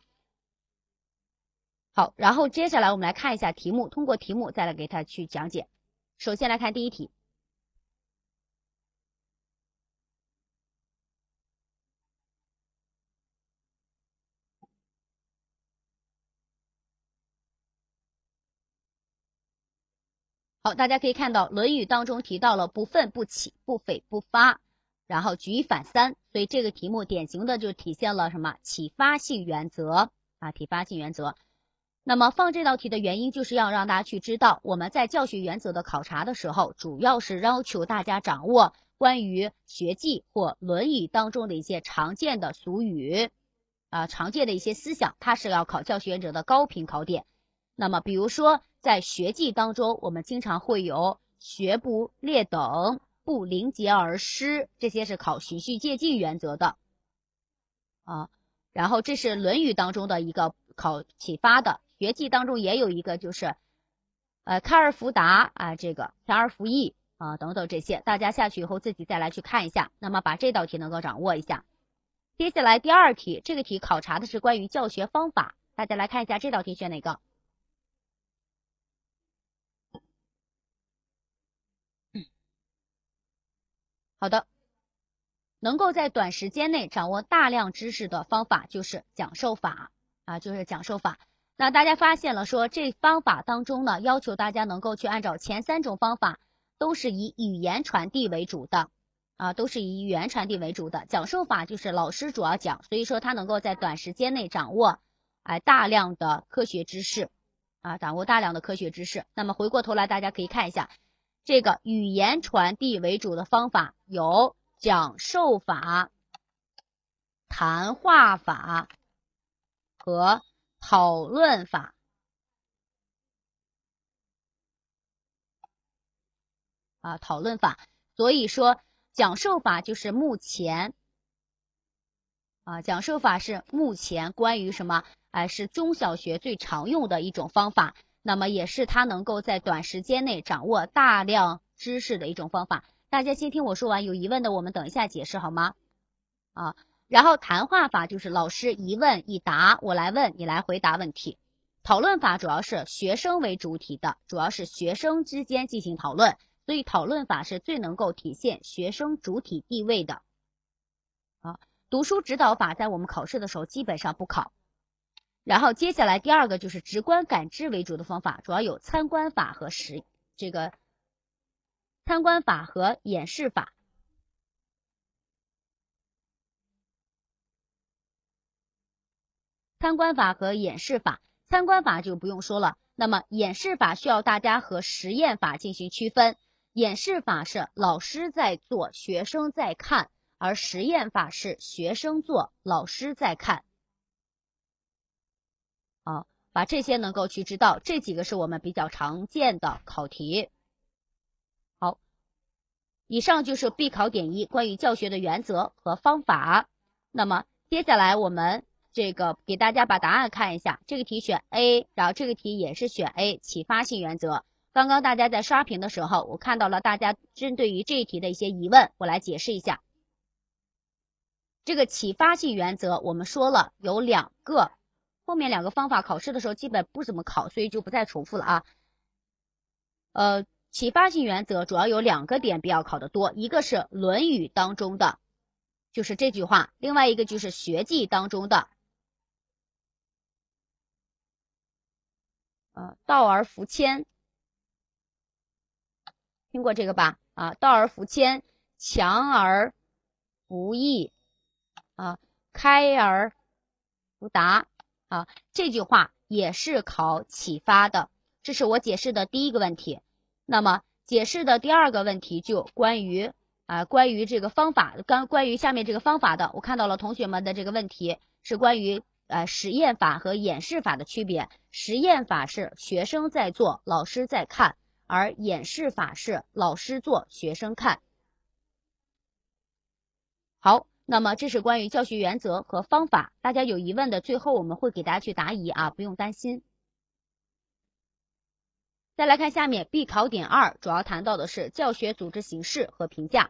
Speaker 1: 好，然后接下来我们来看一下题目，通过题目再来给它去讲解。首先来看第一题。好，大家可以看到《论语》当中提到了不愤不启，不悱不发，然后举一反三，所以这个题目典型的就体现了什么？启发性原则啊，启发性原则。那么放这道题的原因就是要让大家去知道，我们在教学原则的考察的时候，主要是要求大家掌握关于学记或《论语》当中的一些常见的俗语啊，常见的一些思想，它是要考教学原则的高频考点。那么比如说在学记当中，我们经常会有学不列等、不临节而失，这些是考循序渐进原则的啊。然后这是《论语》当中的一个考启发的，学记当中也有一个就是呃开而弗达啊，这个强而弗易啊等等这些，大家下去以后自己再来去看一下，那么把这道题能够掌握一下。接下来第二题，这个题考察的是关于教学方法，大家来看一下这道题选哪个？好的，能够在短时间内掌握大量知识的方法就是讲授法啊，就是讲授法。那大家发现了说这方法当中呢，要求大家能够去按照前三种方法都是以语言传递为主的啊，都是以语言传递为主的。讲授法就是老师主要讲，所以说他能够在短时间内掌握哎大量的科学知识啊，掌握大量的科学知识。那么回过头来大家可以看一下这个语言传递为主的方法有讲授法、谈话法和讨论法啊，讨论法。所以说讲授法就是目前啊，讲授法是目前关于什么？哎，是中小学最常用的一种方法，那么也是它能够在短时间内掌握大量知识的一种方法。大家先听我说完，有疑问的我们等一下解释好吗？啊，然后谈话法就是老师一问一答，我来问，你来回答问题。讨论法主要是学生为主体的，主要是学生之间进行讨论，所以讨论法是最能够体现学生主体地位的。啊，读书指导法在我们考试的时候基本上不考。然后接下来第二个就是直观感知为主的方法，主要有参观法和实这个参观法和演示法。参观法和演示法，参观法就不用说了，那么演示法需要大家和实验法进行区分。演示法是老师在做，学生在看，而实验法是学生做，老师在看。啊，把这些能够去知道，这几个是我们比较常见的考题。好，以上就是必考点一，关于教学的原则和方法。那么接下来我们这个给大家把答案看一下，这个题选 A， 然后这个题也是选 A， 启发性原则。刚刚大家在刷屏的时候，我看到了大家针对于这一题的一些疑问，我来解释一下。这个启发性原则我们说了有两个，后面两个方法考试的时候基本不怎么考，所以就不再重复了啊。呃，启发性原则主要有两个点比较考得多，一个是《论语》当中的，就是这句话，另外一个就是学记当中的呃道而弗谦，听过这个吧？啊，道而弗谦，强而不易啊，开而不达啊，这句话也是考启发的。这是我解释的第一个问题。那么解释的第二个问题就关于啊关于这个方法，刚关于下面这个方法的，我看到了同学们的这个问题是关于呃实验法和演示法的区别。实验法是学生在做，老师在看，而演示法是老师做，学生看。好，那么这是关于教学原则和方法，大家有疑问的，最后我们会给大家去答疑啊，不用担心。再来看下面 B 考点二，主要谈到的是教学组织形式和评价。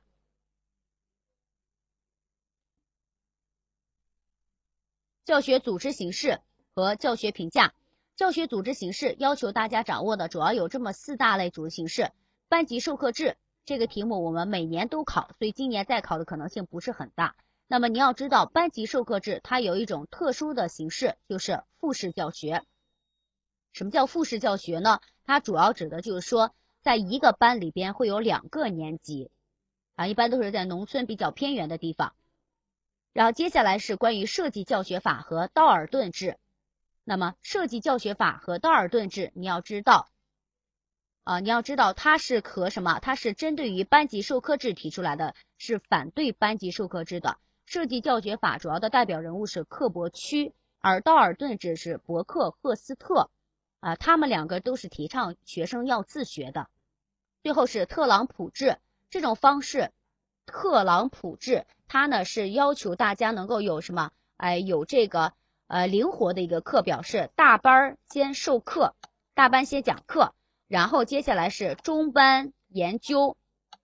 Speaker 1: 教学组织形式和教学评价。教学组织形式要求大家掌握的主要有这么四大类组织形式。班级授课制这个题目我们每年都考，所以今年再考的可能性不是很大。那么你要知道，班级授课制它有一种特殊的形式，就是复式教学。什么叫复式教学呢？它主要指的就是说，在一个班里边会有两个年级啊，一般都是在农村比较偏远的地方。然后接下来是关于设计教学法和道尔顿制。那么设计教学法和道尔顿制，你要知道啊，你要知道它是和什么？它是针对于班级授课制提出来的，是反对班级授课制的。设计教学法主要的代表人物是克伯区，而道尔顿制是伯克赫斯特啊，他们两个都是提倡学生要自学的。最后是特朗普制，这种方式，特朗普制，它呢是要求大家能够有什么？哎，有这个呃灵活的一个课表，是大班先授课，大班先讲课，然后接下来是中班研究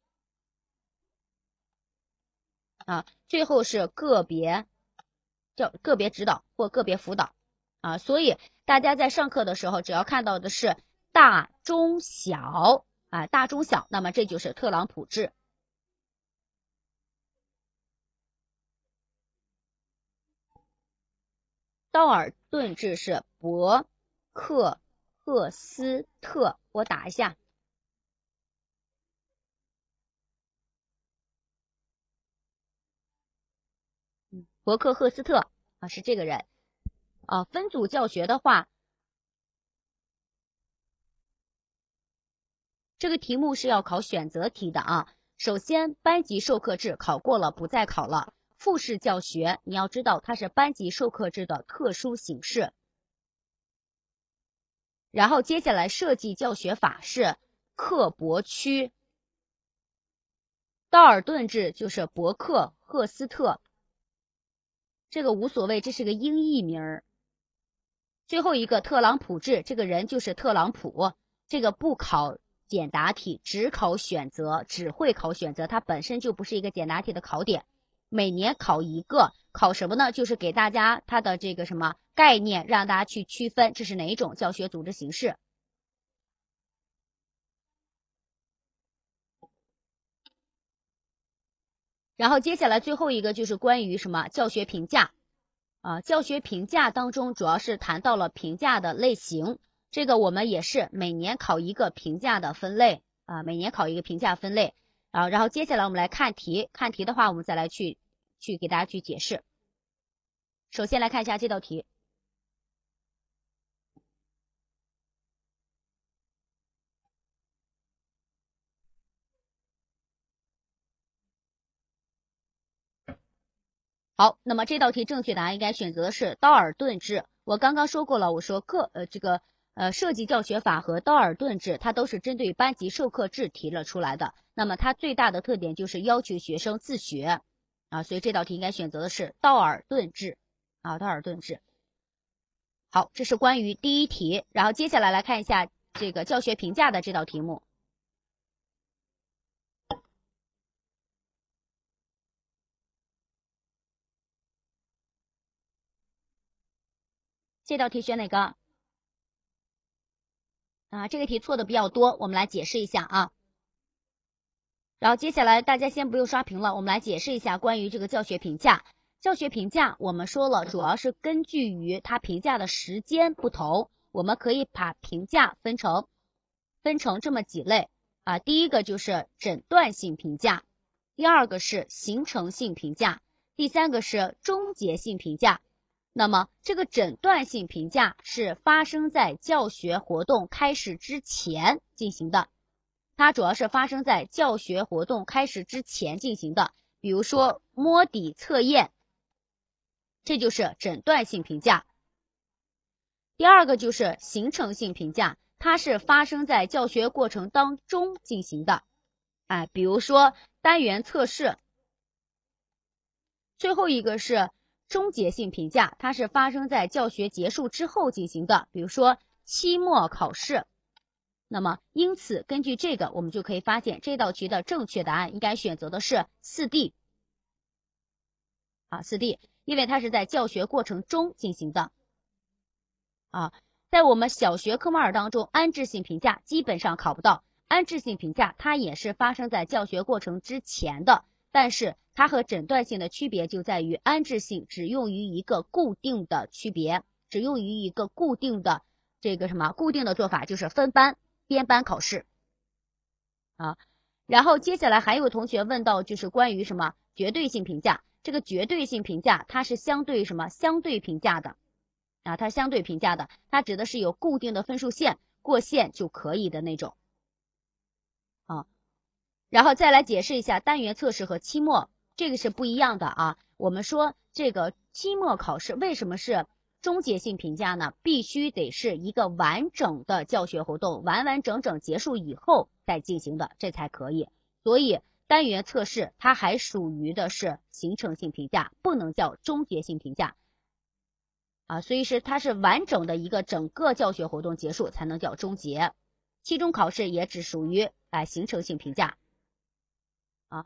Speaker 1: 啊，最后是个别叫个别指导或个别辅导啊，所以大家在上课的时候，只要看到的是大中小啊，大中小，那么这就是特朗普制。道尔顿制是伯克赫斯特，我打一下。伯克赫斯特啊，是这个人啊。分组教学的话，这个题目是要考选择题的啊。首先，班级授课制考过了，不再考了。复式教学，你要知道它是班级授课制的特殊形式。然后接下来设计教学法是克伯区，道尔顿制就是伯克赫斯特，这个无所谓，这是个音译名儿。最后一个特朗普制，这个人就是特朗普，这个不考简答题，只考选择，只会考选择，它本身就不是一个简答题的考点。每年考一个，考什么呢？就是给大家它的这个什么概念，让大家去区分这是哪一种教学组织形式。然后接下来最后一个就是关于什么教学评价啊，教学评价当中主要是谈到了评价的类型，这个我们也是每年考一个评价的分类啊，每年考一个评价分类啊。然后接下来我们来看题，看题的话我们再来去去给大家去解释。首先来看一下这道题。好，那么这道题正确答案应该选择的是道尔顿制。我刚刚说过了，我说课呃这个呃设计教学法和道尔顿制，它都是针对班级授课制提了出来的。那么它最大的特点就是要求学生自学啊，所以这道题应该选择的是道尔顿制啊，道尔顿制。好，这是关于第一题，然后接下来来看一下这个教学评价的这道题目。这道题选哪个？啊，这个题错的比较多，我们来解释一下啊。然后接下来大家先不用刷屏了，我们来解释一下关于这个教学评价。教学评价我们说了，主要是根据于它评价的时间不同，我们可以把评价分成分成这么几类啊。第一个就是诊断性评价，第二个是形成性评价，第三个是终结性评价。那么这个诊断性评价是发生在教学活动开始之前进行的，它主要是发生在教学活动开始之前进行的，比如说摸底测验， 这就是诊断性评价。第二个就是形成性评价，它是发生在教学过程当中进行的，哎，比如说单元测试。最后一个是终结性评价，它是发生在教学结束之后进行的，比如说期末考试。那么因此根据这个我们就可以发现这道题的正确答案应该选择的是 四 D 啊 四 D， 因为它是在教学过程中进行的啊。在我们小学科目二当中，安置性评价基本上考不到，安置性评价它也是发生在教学过程之前的，但是它和诊断性的区别就在于安置性只用于一个固定的区别，只用于一个固定的这个什么固定的做法，就是分班编班考试啊。然后接下来还有同学问到就是关于什么绝对性评价，这个绝对性评价它是相对什么相对评价的啊，它相对评价的，它指的是有固定的分数线，过线就可以的那种啊。然后再来解释一下单元测试和期末，这个是不一样的啊。我们说这个期末考试为什么是终结性评价呢？必须得是一个完整的教学活动，完完整整结束以后再进行的，这才可以。所以单元测试它还属于的是形成性评价，不能叫终结性评价啊。所以是它是完整的一个整个教学活动结束才能叫终结。期中考试也只属于哎形成性评价啊。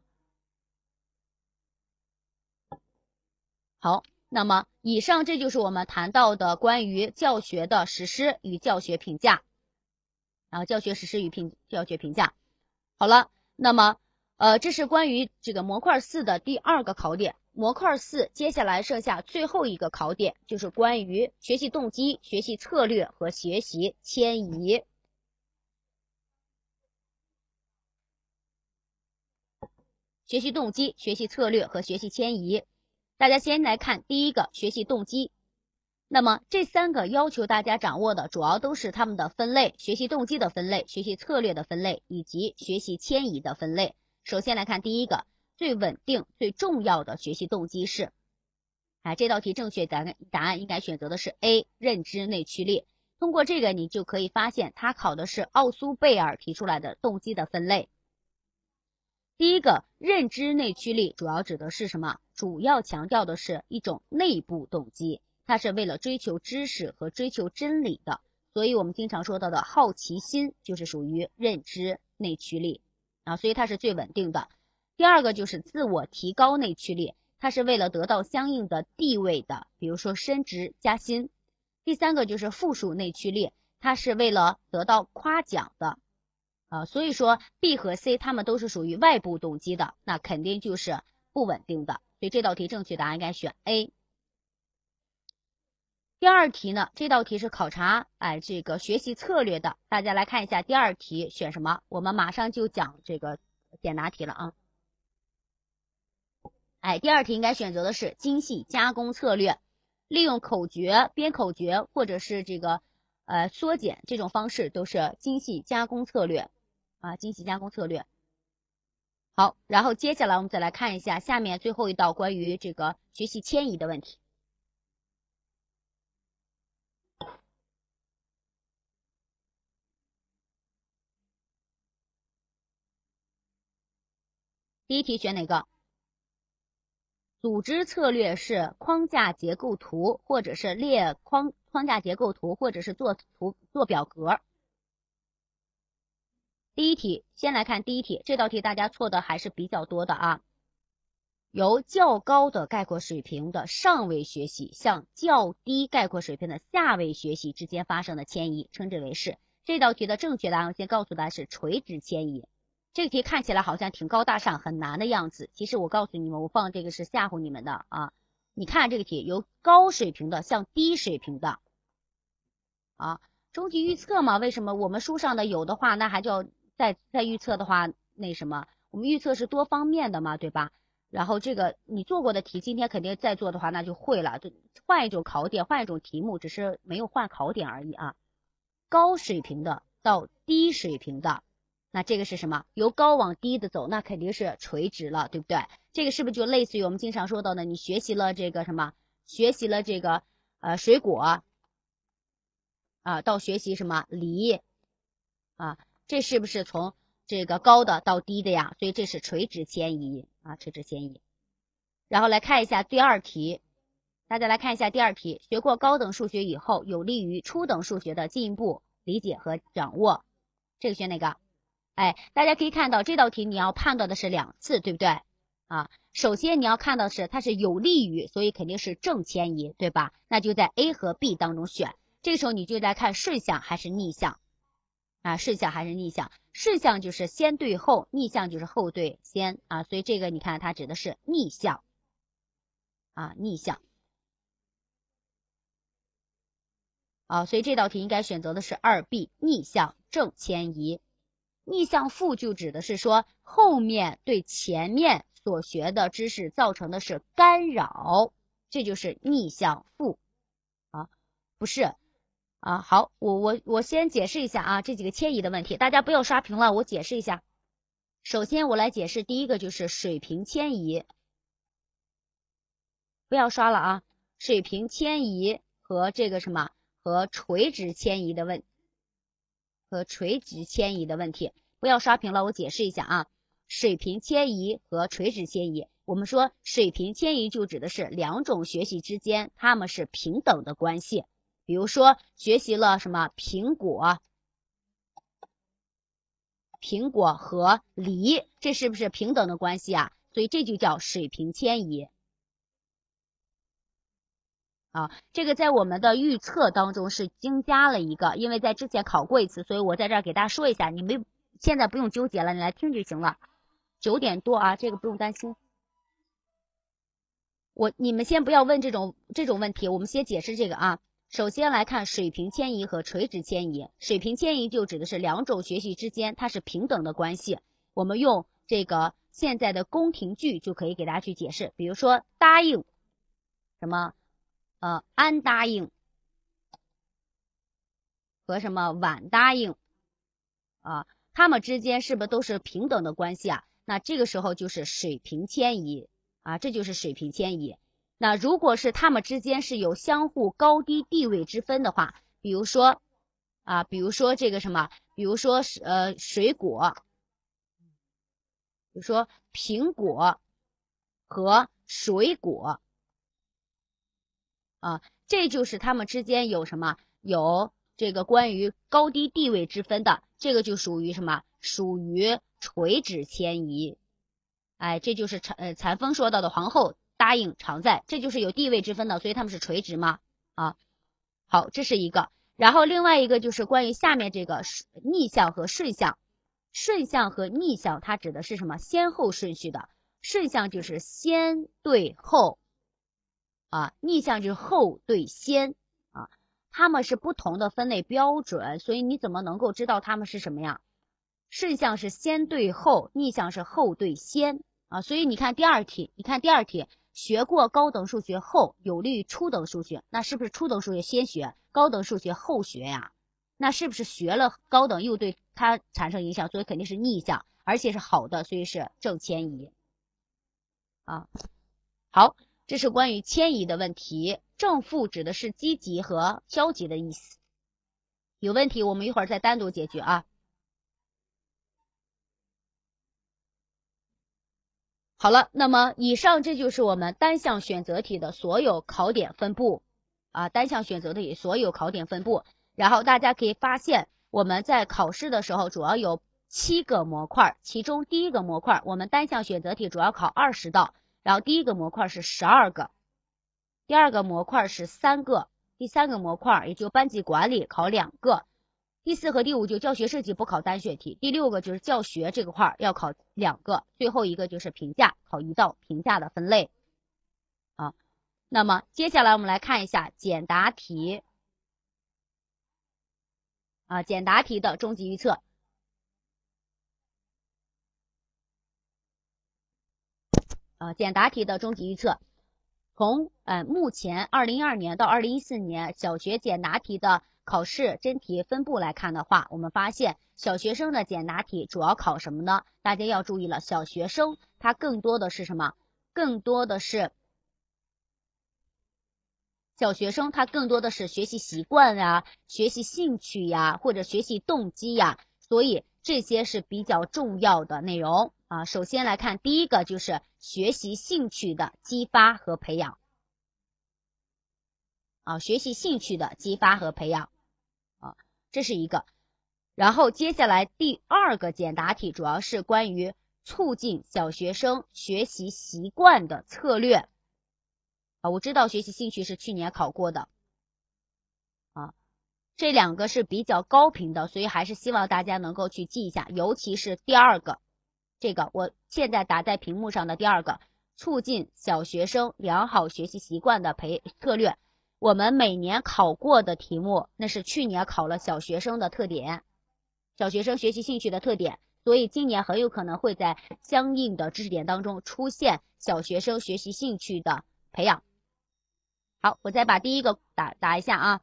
Speaker 1: 好。那么以上这就是我们谈到的关于教学的实施与教学评价，然后教学实施与评教学评价。好了，那么呃这是关于这个模块四的第二个考点。模块四接下来剩下最后一个考点，就是关于学习动机、学习策略和学习迁移。学习动机、学习策略和学习迁移。大家先来看第一个学习动机，那么这三个要求大家掌握的主要都是它们的分类，学习动机的分类、学习策略的分类以及学习迁移的分类。首先来看第一个，最稳定最重要的学习动机是，哎，这道题正确答案答案应该选择的是 A 认知内驱力。通过这个你就可以发现它考的是奥苏贝尔提出来的动机的分类。第一个认知内驱力主要指的是什么？主要强调的是一种内部动机，它是为了追求知识和追求真理的，所以我们经常说到的好奇心就是属于认知内驱力啊，所以它是最稳定的。第二个就是自我提高内驱力，它是为了得到相应的地位的，比如说升职加薪。第三个就是附属内驱力，它是为了得到夸奖的啊，所以说 B 和 C 它们都是属于外部动机的，那肯定就是不稳定的，所以这道题正确答案应该选 A。第二题呢，这道题是考察哎这个学习策略的，大家来看一下第二题选什么，我们马上就讲这个简答题了啊。哎，第二题应该选择的是精细加工策略，利用口诀、编口诀或者是这个呃缩减这种方式都是精细加工策略啊，精细加工策略。好，然后接下来我们再来看一下下面最后一道关于这个学习迁移的问题。第一题选哪个？组织策略是框架结构图，或者是列框框架结构图，或者是做图做表格。第一题，先来看第一题，这道题大家错的还是比较多的啊。由较高的概括水平的上位学习向较低概括水平的下位学习之间发生的迁移，称之为是。这道题的正确答案，我先告诉大家是垂直迁移。这个题看起来好像挺高大上、很难的样子，其实我告诉你们，我放这个是吓唬你们的啊。你看这个题，由高水平的向低水平的啊，中期预测嘛，为什么我们书上的有的话，那还叫再再预测的话，那什么，我们预测是多方面的嘛，对吧？然后这个你做过的题，今天肯定再做的话，那就会了，就换一种考点，换一种题目，只是没有换考点而已啊。高水平的到低水平的。那这个是什么？由高往低的走，那肯定是垂直了，对不对？这个是不是就类似于我们经常说到的，你学习了这个什么学习了这个呃水果啊，到学习什么梨啊，这是不是从这个高的到低的呀？所以这是垂直迁移啊，垂直迁移。然后来看一下第二题，大家来看一下第二题，学过高等数学以后，有利于初等数学的进一步理解和掌握。这个选哪个？哎，大家可以看到这道题你要判断的是两次，对不对？啊，首先你要看到是它是有利于，所以肯定是正迁移，对吧？那就在 A 和 B 当中选。这个时候你就来看顺向还是逆向啊？顺向还是逆向？顺向就是先对后，逆向就是后对先啊，所以这个你看它指的是逆向啊，逆向啊，所以这道题应该选择的是二 B 逆向正迁移。逆向负就指的是说后面对前面所学的知识造成的是干扰，这就是逆向负啊，不是啊。好，我我我先解释一下啊，这几个迁移的问题，大家不要刷屏了，我解释一下。首先我来解释第一个就是水平迁移，不要刷了啊，水平迁移和这个什么和垂直迁移的问和垂直迁移的问题。不要刷屏了，我解释一下啊。水平迁移和垂直迁移，我们说水平迁移就指的是两种学习之间它们是平等的关系。比如说学习了什么苹果，苹果和梨，这是不是平等的关系啊？所以这就叫水平迁移啊。这个在我们的预测当中是增加了一个，因为在之前考过一次，所以我在这儿给大家说一下，你们现在不用纠结了，你来听就行了。九点多啊，这个不用担心。我你们先不要问这种这种问题，我们先解释这个啊。首先来看水平迁移和垂直迁移。水平迁移就指的是两种学习之间它是平等的关系。我们用这个现在的宫廷剧就可以给大家去解释，比如说答应什么呃安答应和什么晚答应啊，他们之间是不是都是平等的关系啊？那这个时候就是水平迁移啊，这就是水平迁移。那如果是他们之间是有相互高低地位之分的话，比如说啊，比如说这个什么，比如说是呃水果，比如说苹果和水果啊，这就是他们之间有什么有这个关于高低地位之分的，这个就属于什么？属于垂直迁移。哎，这就是禅呃禅风说到的皇后答应常在，这就是有地位之分的，所以他们是垂直嘛啊。好，这是一个。然后另外一个就是关于下面这个逆向和顺向，顺向和逆向它指的是什么？先后顺序的，顺向就是先对后啊，逆向就是后对先啊，它们是不同的分类标准，所以你怎么能够知道它们是什么呀？顺向是先对后，逆向是后对先啊，所以你看第二题，你看第二题，学过高等数学后有利于初等数学，那是不是初等数学先学，高等数学后学呀？那是不是学了高等又对它产生影响，所以肯定是逆向，而且是好的，所以是正迁移啊。好，这是关于迁移的问题，正负指的是积极和消极的意思。有问题我们一会儿再单独解决啊。好了，那么以上这就是我们单项选择题的所有考点分布啊，单项选择题所有考点分布。然后大家可以发现，我们在考试的时候主要有七个模块，其中第一个模块我们单项选择题主要考二十道，然后第一个模块是十二个，第二个模块是三个，第三个模块也就班级管理考两个。第四和第五就教学设计不考单选题，第六个就是教学这个块要考两个，最后一个就是评价，考一道评价的分类啊。那么接下来我们来看一下简答题啊，简答题的终极预测啊，简答题的终极预测。从呃目前二零一二年到二零一四年小学简答题的考试真题分布来看的话，我们发现小学生的简答题主要考什么呢？大家要注意了，小学生他更多的是什么？更多的是小学生他更多的是学习习惯呀、学习兴趣呀，或者学习动机呀，所以这些是比较重要的内容啊。首先来看第一个就是学习兴趣的激发和培养啊，学习兴趣的激发和培养啊，这是一个。然后接下来第二个简答题主要是关于促进小学生学习习惯的策略啊，我知道学习兴趣是去年考过的啊，这两个是比较高频的，所以还是希望大家能够去记一下，尤其是第二个，这个我现在打在屏幕上的第二个，促进小学生良好学习习惯的培策略，我们每年考过的题目，那是去年考了小学生的特点，小学生学习兴趣的特点，所以今年很有可能会在相应的知识点当中出现小学生学习兴趣的培养。好，我再把第一个打打一下啊。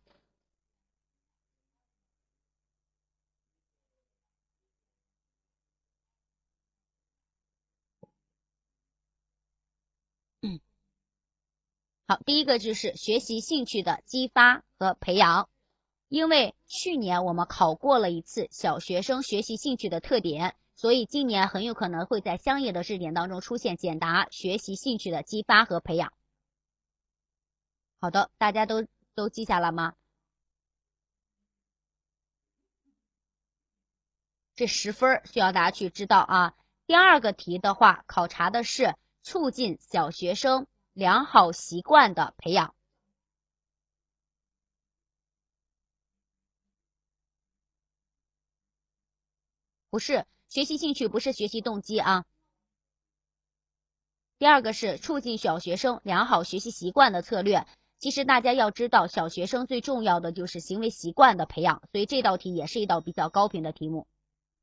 Speaker 1: 嗯，好，第一个就是学习兴趣的激发和培养。因为去年我们考过了一次小学生学习兴趣的特点，所以今年很有可能会在相应的知识点当中出现简答学习兴趣的激发和培养。好的，大家都都记下了吗？这十分需要大家去知道啊。第二个题的话，考察的是促进小学生良好习惯的培养。不是学习兴趣，不是学习动机啊。第二个是促进小学生良好学习习惯的策略。其实大家要知道，小学生最重要的就是行为习惯的培养，所以这道题也是一道比较高频的题目。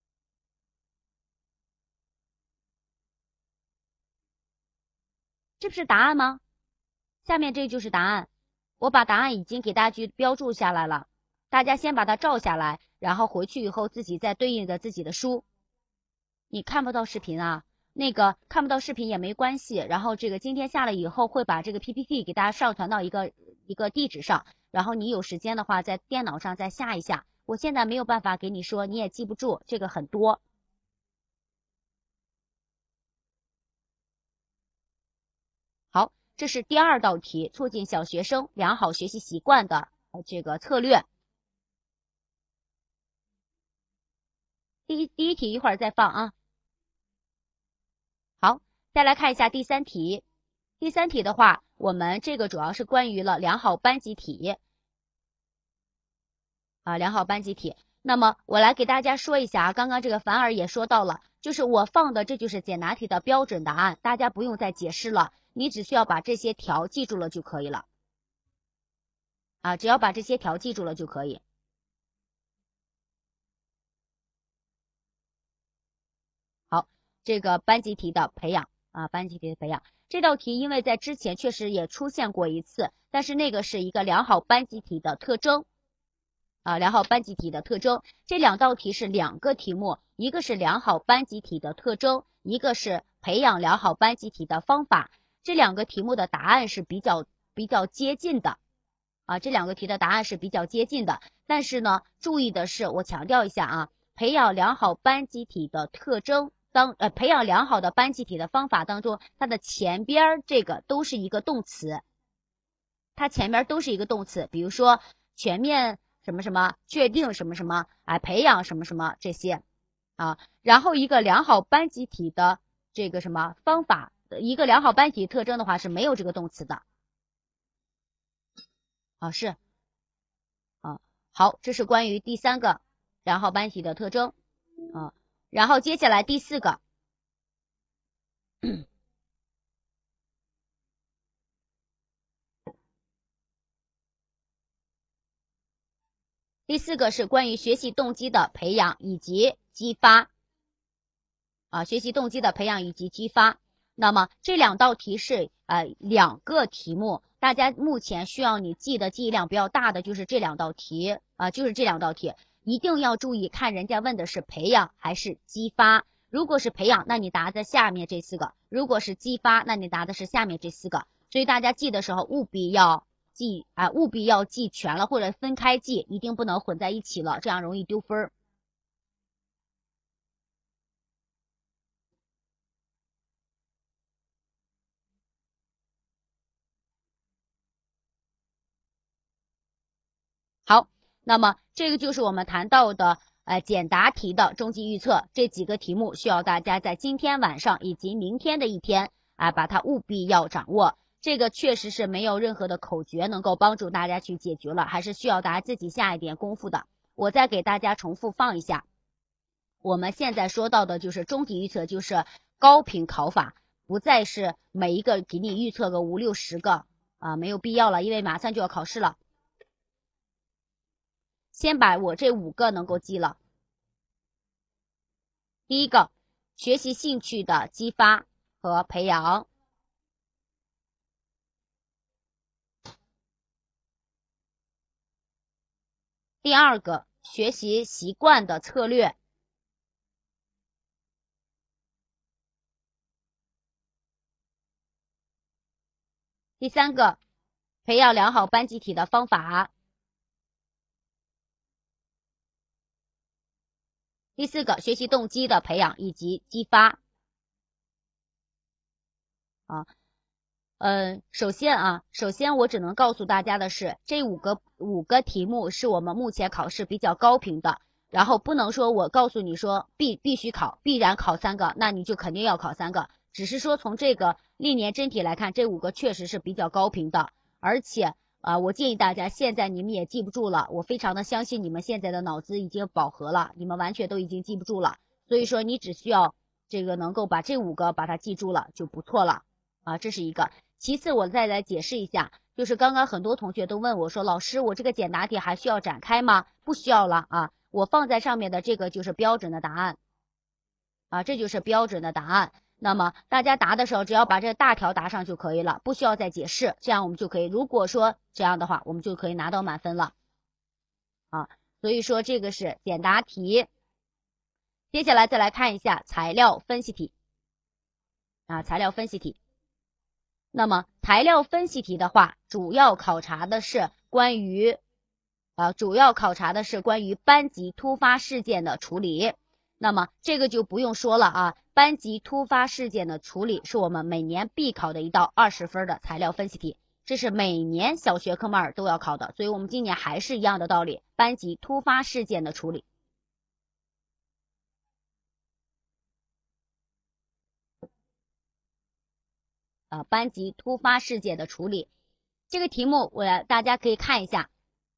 Speaker 1: 这不是答案吗？下面这就是答案。我把答案已经给大家去标注下来了，大家先把它照下来，然后回去以后自己再对应着自己的书。你看不到视频啊？那个看不到视频也没关系，然后这个今天下了以后会把这个 P P T 给大家上传到一个一个地址上，然后你有时间的话在电脑上再下一下。我现在没有办法给你说，你也记不住，这个很多。好，这是第二道题，促进小学生良好学习习惯的这个策略。第一第一题一会儿再放啊。好，再来看一下第三题。第三题的话，我们这个主要是关于了良好班集体啊，良好班集体。那么我来给大家说一下啊，刚刚这个凡儿也说到了，就是我放的这就是简答题的标准答案，大家不用再解释了，你只需要把这些条记住了就可以了啊，只要把这些条记住了就可以。好，这个班集体的培养啊，班集体的培养。这道题因为在之前确实也出现过一次，但是那个是一个良好班集体的特征啊，良好班集体的特征。这两道题是两个题目，一个是良好班集体的特征，一个是培养良好班集体的方法。这两个题目的答案是比较比较接近的啊，这两个题的答案是比较接近的。但是呢，注意的是，我强调一下啊，培养良好班集体的特征。当呃培养良好的班集体的方法当中，它的前边这个都是一个动词，它前边都是一个动词，比如说全面什么什么，确定什么什么，哎，培养什么什么这些啊。然后一个良好班集体的这个什么方法，一个良好班集体特征的话是没有这个动词的啊，是啊。好，这是关于第三个良好班集体的特征啊。然后接下来第四个，第四个是关于学习动机的培养以及激发啊，学习动机的培养以及激发。那么这两道题是呃两个题目，大家目前需要你记的记忆量比较大的就是这两道题啊，就是这两道题，一定要注意看人家问的是培养还是激发。如果是培养，那你答的下面这四个；如果是激发，那你答的是下面这四个。所以大家记的时候务必要记啊，务必要记全了或者分开记，一定不能混在一起了，这样容易丢分儿。好，那么这个就是我们谈到的呃简答题的中级预测，这几个题目需要大家在今天晚上以及明天的一天啊，把它务必要掌握。这个确实是没有任何的口诀能够帮助大家去解决了，还是需要大家自己下一点功夫的。我再给大家重复放一下，我们现在说到的就是中级预测，就是高频考法，不再是每一个给你预测个五六十个啊，没有必要了，因为马上就要考试了。先把我这五个能够记了。第一个，学习兴趣的激发和培养。第二个，学习习惯的策略。第三个，培养良好班集体的方法。第四个，学习动机的培养以及激发。啊，嗯，首先啊，首先我只能告诉大家的是，这五个五个题目是我们目前考试比较高频的，然后不能说我告诉你说必必须考，必然考三个，那你就肯定要考三个，只是说从这个历年真题来看，这五个确实是比较高频的，而且啊，我建议大家现在你们也记不住了，我非常的相信你们现在的脑子已经饱和了，你们完全都已经记不住了，所以说你只需要这个能够把这五个把它记住了就不错了啊，这是一个。其次我再来解释一下，就是刚刚很多同学都问我说，老师我这个简答题还需要展开吗？不需要了啊，我放在上面的这个就是标准的答案啊，这就是标准的答案。那么大家答的时候只要把这大条答上就可以了，不需要再解释，这样我们就可以，如果说这样的话我们就可以拿到满分了啊。所以说这个是简答题。接下来再来看一下材料分析题啊，材料分析题。那么材料分析题的话，主要考察的是关于啊，主要考察的是关于班级突发事件的处理。那么这个就不用说了啊，班级突发事件的处理是我们每年必考的一道二十分的材料分析题，这是每年小学科目二都要考的，所以我们今年还是一样的道理，班级突发事件的处理。呃，班级突发事件的处理，这个题目我大家可以看一下。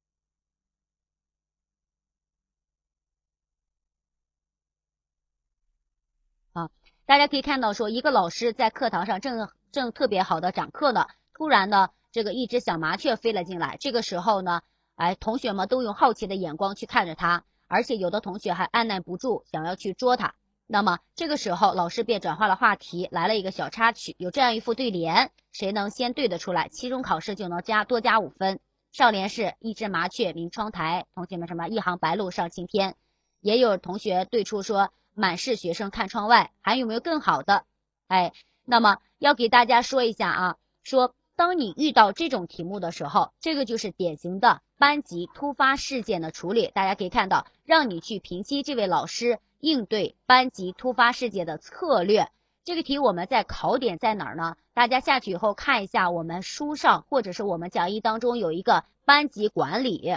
Speaker 1: 啊，大家可以看到说，一个老师在课堂上正正特别好的讲课呢，突然呢，这个一只小麻雀飞了进来。这个时候呢，哎，同学们都用好奇的眼光去看着它，而且有的同学还按耐不住想要去捉它。那么这个时候，老师便转换了话题，来了一个小插曲，有这样一副对联，谁能先对得出来，期中考试就能加多加五分。上联是一只麻雀鸣窗台，同学们什么一行白鹭上青天。也有同学对出说满是学生看窗外，还有没有更好的？哎，那么要给大家说一下啊，说当你遇到这种题目的时候，这个就是典型的班级突发事件的处理。大家可以看到，让你去评析这位老师应对班级突发事件的策略。这个题我们在考点在哪儿呢？大家下去以后看一下我们书上或者是我们讲义当中有一个班级管理。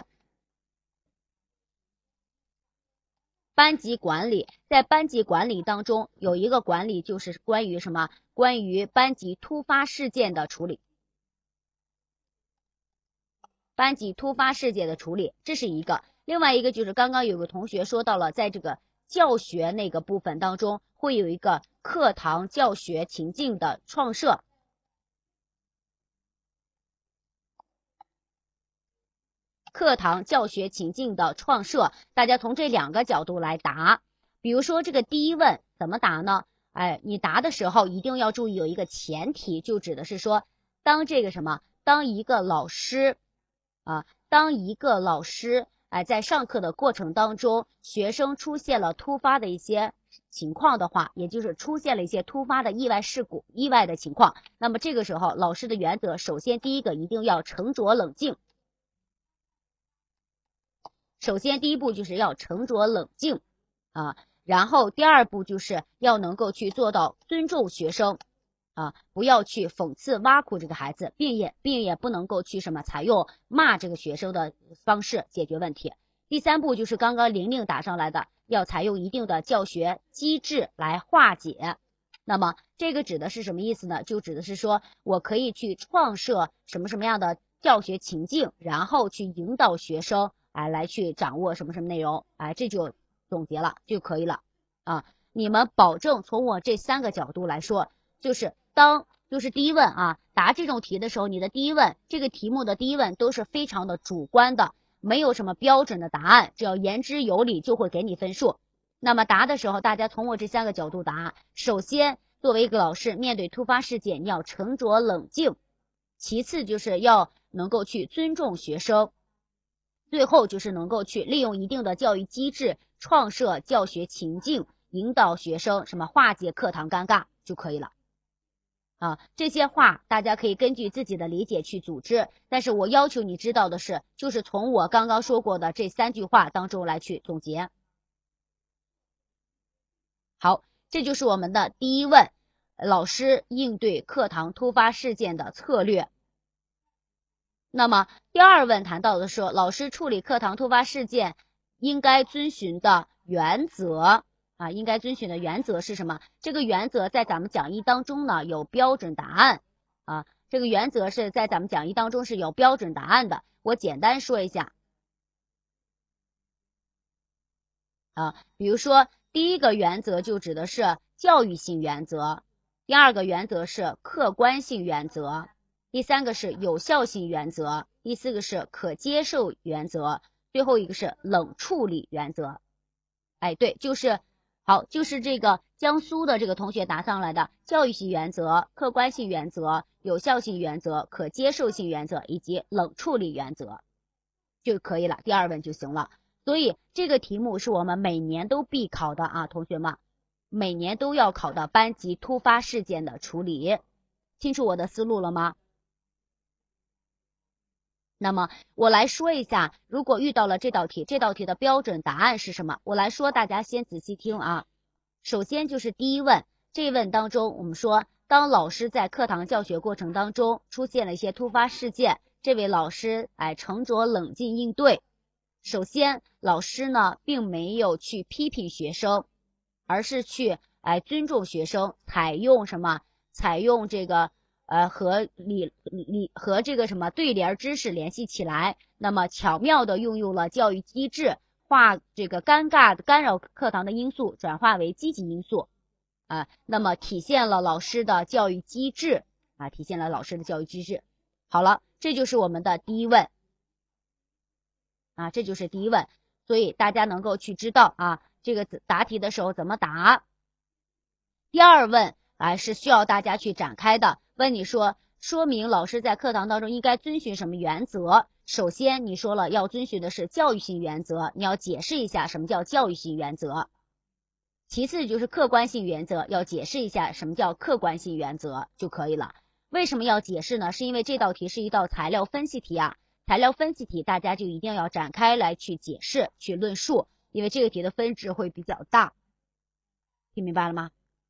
Speaker 1: 班级管理，在班级管理当中有一个管理就是关于什么？关于班级突发事件的处理。班级突发事件的处理，这是一个。另外一个就是刚刚有个同学说到了，在这个教学那个部分当中，会有一个课堂教学情境的创设。课堂教学情境的创设，大家从这两个角度来答。比如说这个第一问怎么答呢？哎，你答的时候一定要注意有一个前提，就指的是说，当这个什么，当一个老师啊，当一个老师哎，在上课的过程当中，学生出现了突发的一些情况的话，也就是出现了一些突发的意外事故、意外的情况，那么这个时候老师的原则，首先第一个一定要沉着冷静。首先第一步就是要沉着冷静啊，然后第二步就是要能够去做到尊重学生啊，不要去讽刺挖苦这个孩子，并也并也不能够去什么采用骂这个学生的方式解决问题。第三步就是刚刚玲玲打上来的，要采用一定的教学机制来化解。那么这个指的是什么意思呢？就指的是说我可以去创设什么什么样的教学情境，然后去引导学生哎来去掌握什么什么内容，哎这就总结了就可以了啊。你们保证从我这三个角度来说，就是当就是第一问啊，答这种题的时候，你的第一问这个题目的第一问都是非常的主观的，没有什么标准的答案，只要言之有理就会给你分数。那么答的时候，大家从我这三个角度答。首先，作为一个老师，面对突发事件，你要沉着冷静；其次，就是要能够去尊重学生；最后，就是能够去利用一定的教育机制，创设教学情境，引导学生什么化解课堂尴尬就可以了。啊，这些话大家可以根据自己的理解去组织，但是我要求你知道的是，就是从我刚刚说过的这三句话当中来去总结。好，这就是我们的第一问，老师应对课堂突发事件的策略。那么第二问谈到的是，老师处理课堂突发事件应该遵循的原则啊，应该遵循的原则是什么？这个原则在咱们讲义当中呢有标准答案啊，这个原则是在咱们讲义当中是有标准答案的，我简单说一下啊，比如说第一个原则就指的是教育性原则，第二个原则是客观性原则，第三个是有效性原则，第四个是可接受原则，最后一个是冷处理原则。哎，对，就是好，就是这个江苏的这个同学答上来的教育性原则、客观性原则、有效性原则、可接受性原则以及冷处理原则就可以了，第二问就行了。所以这个题目是我们每年都必考的啊，同学们，每年都要考的班级突发事件的处理，清楚我的思路了吗？那么我来说一下，如果遇到了这道题，这道题的标准答案是什么？我来说，大家先仔细听啊。首先就是第一问，这一问当中我们说，当老师在课堂教学过程当中出现了一些突发事件，这位老师哎沉着冷静应对。首先，老师呢并没有去批评学生，而是去哎尊重学生，采用什么？采用这个呃和理理和这个什么对联知识联系起来，那么巧妙的运用了教育机制，化这个尴尬干扰课堂的因素转化为积极因素啊，那么体现了老师的教育机制啊，体现了老师的教育机制。好了，这就是我们的第一问。啊，这就是第一问，所以大家能够去知道啊，这个答题的时候怎么答。第二问啊，是需要大家去展开的，问你说，说明老师在课堂当中应该遵循什么原则？首先你说了要遵循的是教育性原则，你要解释一下什么叫教育性原则。其次就是客观性原则，要解释一下什么叫客观性原则就可以了。为什么要解释呢？是因为这道题是一道材料分析题啊。材料分析题大家就一定要展开来去解释去论述，因为这个题的分值会比较大，听明白了吗？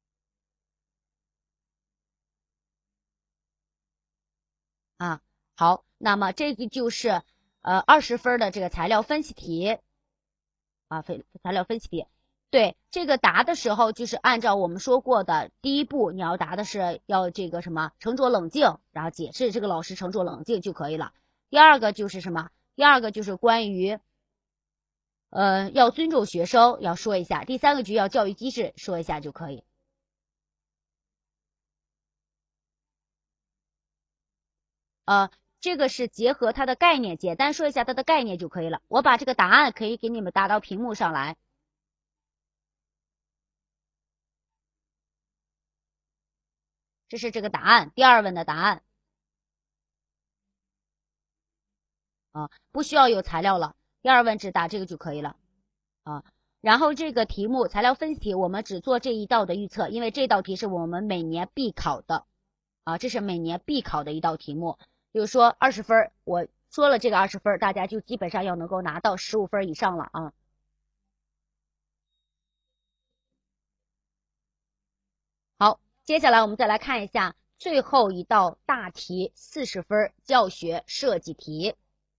Speaker 1: 啊，好，那么这个就是呃二十分的这个材料分析题啊，分材料分析题。对，这个答的时候就是按照我们说过的第一步，你要答的是要这个什么沉着冷静，然后解释这个老师沉着冷静就可以了。第二个就是什么？第二个就是关于，呃，要尊重学生，要说一下。第三个就要教育机制，说一下就可以。呃，这个是结合它的概念，简单说一下它的概念就可以了。我把这个答案可以给你们打到屏幕上来。这是这个答案，第二问的答案。啊，不需要有材料了。 第二问只答这个就可以了啊。然后这个题目材料分析题我们只做这一道的预测，因为这道题是我们每年必考的啊，这是每年必考的一道题目，就是说二十分，我说了这个二十分，大家就基本上要能够拿到十五分以上了啊。好，接下来我们再来看一下最后一道大题，四十分教学设计题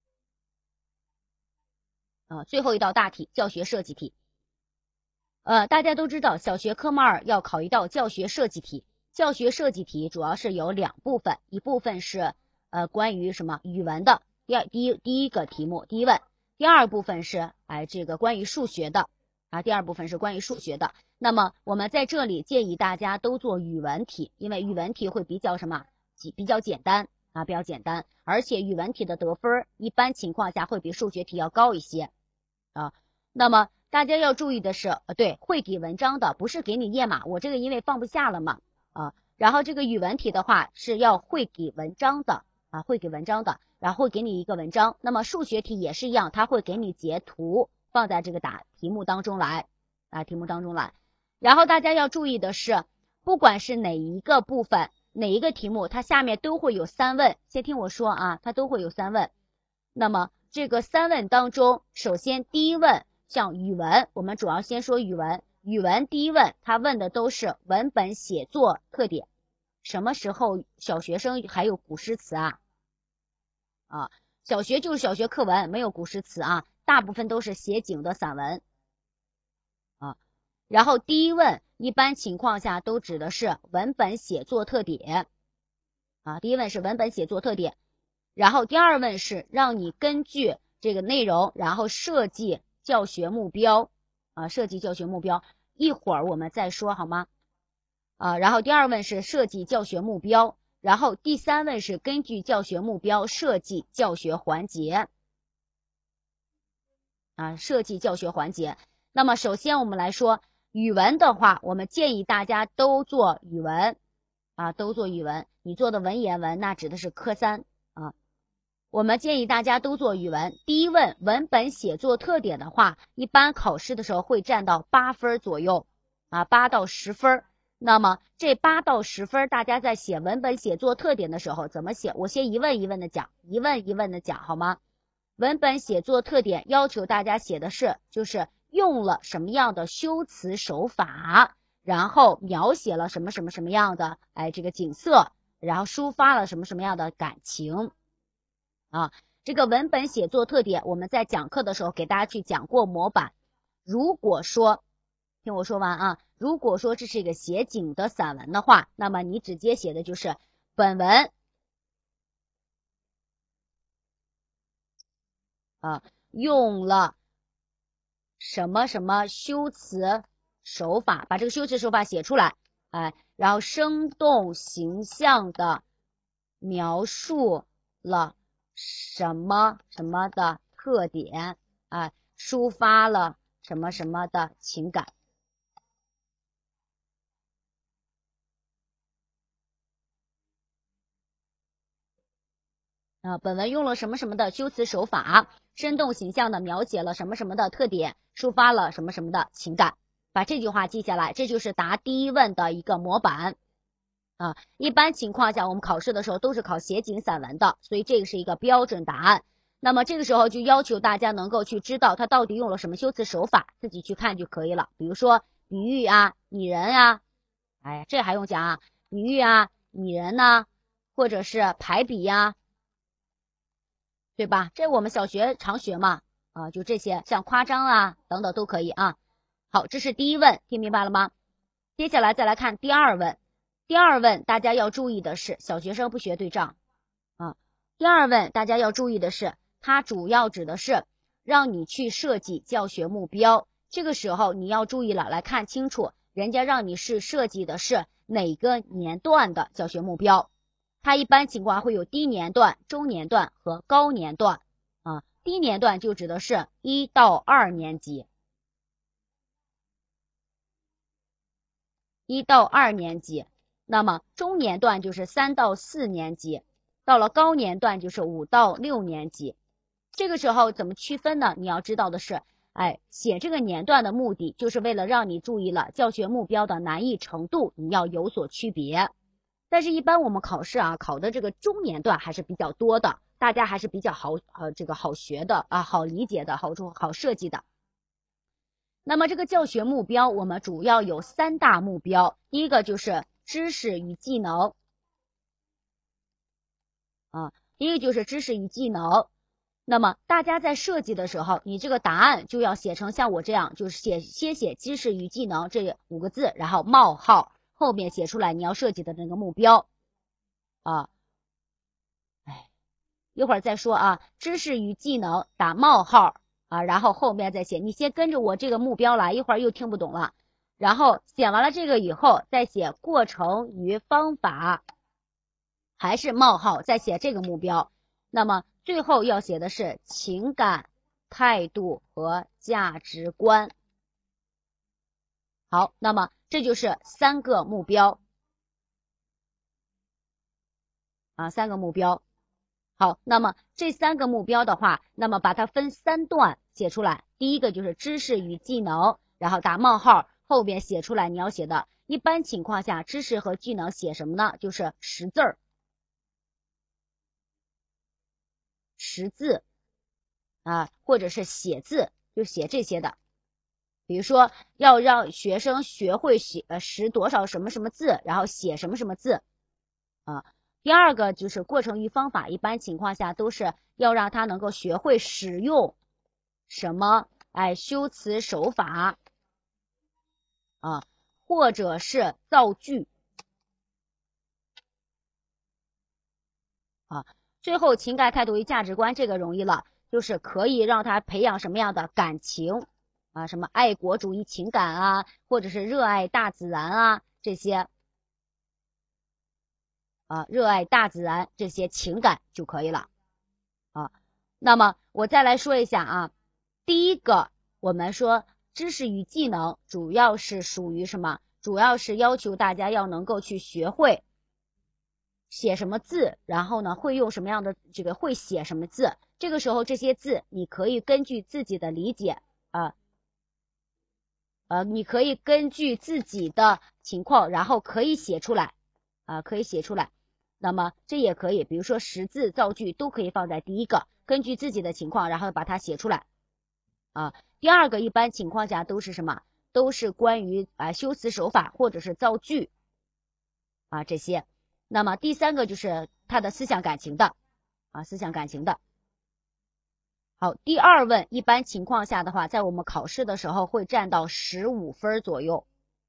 Speaker 1: 啊，最后一道大题教学设计题。呃，大家都知道小学科目二要考一道教学设计题，教学设计题主要是有两部分，一部分是呃关于什么语文的，第二第一第一个题目第一问，第二部分是哎这个关于数学的啊，第二部分是关于数学的。那么我们在这里建议大家都做语文题，因为语文题会比较什么比较简单啊，比较简单，而且语文题的得分一般情况下会比数学题要高一些啊。那么大家要注意的是，呃，对，会给文章的，不是给你页码，我这个因为放不下了嘛，啊，然后这个语文题的话是要会给文章的，啊，会给文章的，然后会给你一个文章。那么数学题也是一样，它会给你截图放在这个答题目当中来，啊，题目当中来。然后大家要注意的是，不管是哪一个部分，哪一个题目，它下面都会有三问，先听我说啊，它都会有三问。那么这个三问当中，首先第一问像语文，我们主要先说语文。语文第一问，他问的都是文本写作特点。什么时候小学生还有古诗词啊？啊，小学就是小学课文，没有古诗词啊，大部分都是写景的散文啊。然后第一问一般情况下都指的是文本写作特点啊，第一问是文本写作特点。然后第二问是让你根据这个内容，然后设计教学目标啊，设计教学目标，一会儿我们再说好吗？啊，然后第二问是设计教学目标，然后第三问是根据教学目标设计教学环节啊，设计教学环节。那么首先我们来说语文的话，我们建议大家都做语文啊，都做语文。你做的文言文那指的是科三啊。我们建议大家都做语文。第一问文本写作特点的话，一般考试的时候会占到八分左右啊，八到十分。那么这八到十分，大家在写文本写作特点的时候怎么写？我先一问一问的讲，一问一问的讲好吗？文本写作特点要求大家写的是，就是用了什么样的修辞手法，然后描写了什么什么什么样的哎这个景色，然后抒发了什么什么样的感情。啊，这个文本写作特点，我们在讲课的时候给大家去讲过模板。如果说，听我说完啊，如果说这是一个写景的散文的话，那么你直接写的就是本文啊用了什么什么修辞手法，把这个修辞手法写出来，哎，然后生动形象的描述了什么什么的特点啊，抒发了什么什么的情感啊，本文用了什么什么的修辞手法，生动形象的描写了什么什么的特点，抒发了什么什么的情感。把这句话记下来，这就是答第一问的一个模板啊。一般情况下，我们考试的时候都是考写景散文的，所以这个是一个标准答案。那么这个时候就要求大家能够去知道它到底用了什么修辞手法，自己去看就可以了。比如说比喻啊、拟人啊，哎，这还用讲啊？比喻啊、拟人呐、啊，或者是排比呀、啊，对吧？这我们小学常学嘛，啊，就这些，像夸张啊等等都可以啊。好，这是第一问，听明白了吗？接下来再来看第二问。第二问大家要注意的是，小学生不学对仗啊。第二问大家要注意的是，它主要指的是让你去设计教学目标。这个时候你要注意了，来看清楚，人家让你是设计的是哪个年段的教学目标。它一般情况会有低年段、中年段和高年段啊。低年段就指的是一到二年级。一到二年级，那么中年段就是三到四年级，到了高年段就是五到六年级。 这个时候怎么区分呢？你要知道的是，哎，写这个年段的目的就是为了让你注意了教学目标的难易程度，你要有所区别。但是，一般我们考试啊，考的这个中年段还是比较多的，大家还是比较好呃这个好学的啊，好理解的，好好设计的。那么这个教学目标，我们主要有三大目标，第一个就是知识与技能啊，第一个就是知识与技能。那么大家在设计的时候，你这个答案就要写成像我这样，就是写先写知识与技能这五个字，然后冒号，后面写出来你要设计的那个目标啊。哎，一会儿再说啊，知识与技能打冒号啊，然后后面再写，你先跟着我这个目标来，一会儿又听不懂了。然后写完了这个以后，再写过程与方法，还是冒号，再写这个目标。那么最后要写的是情感、态度和价值观。好，那么这就是三个目标啊，三个目标。好，那么这三个目标的话，那么把它分三段写出来。第一个就是知识与技能，然后打冒号，后边写出来你要写的。一般情况下，知识和技能写什么呢？就是识字儿。识字啊，或者是写字，就写这些的。比如说，要让学生学会写呃识多少什么什么字，然后写什么什么字啊。第二个就是过程与方法，一般情况下都是要让他能够学会使用什么哎修辞手法啊，或者是造句啊。最后情感态度与价值观这个容易了，就是可以让他培养什么样的感情啊，什么爱国主义情感啊，或者是热爱大自然啊这些啊，热爱大自然这些情感就可以了啊。那么我再来说一下啊，第一个我们说知识与技能主要是属于什么？主要是要求大家要能够去学会写什么字，然后呢会用什么样的这个会写什么字。这个时候这些字你可以根据自己的理解啊呃，你可以根据自己的情况，然后可以写出来啊，可以写出来。那么这也可以，比如说识字造句都可以放在第一个，根据自己的情况，然后把它写出来啊。第二个一般情况下都是什么？都是关于啊修辞手法或者是造句啊这些。那么第三个就是他的思想感情的啊，思想感情的。好，第二问一般情况下的话，在我们考试的时候会占到十五分左右。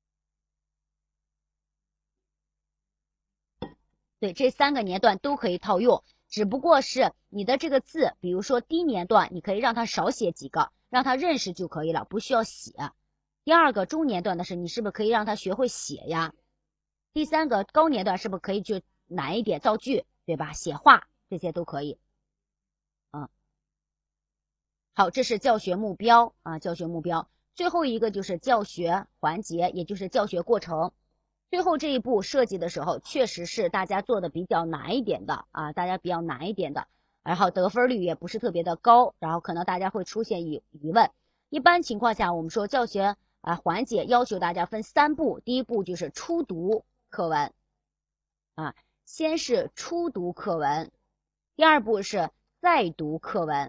Speaker 1: 对，这三个年段都可以套用，只不过是你的这个字，比如说低年段，你可以让他少写几个，让他认识就可以了，不需要写。第二个中年段的是，你是不是可以让他学会写呀？第三个高年段是不是可以就难一点造句，对吧？写话这些都可以。嗯，好，这是教学目标啊，教学目标。最后一个就是教学环节，也就是教学过程。最后这一步设计的时候，确实是大家做的比较难一点的啊，大家比较难一点的，然后得分率也不是特别的高，然后可能大家会出现疑疑问。一般情况下，我们说教学啊环节要求大家分三步，第一步就是初读课文啊，先是初读课文，第二步是再读课文，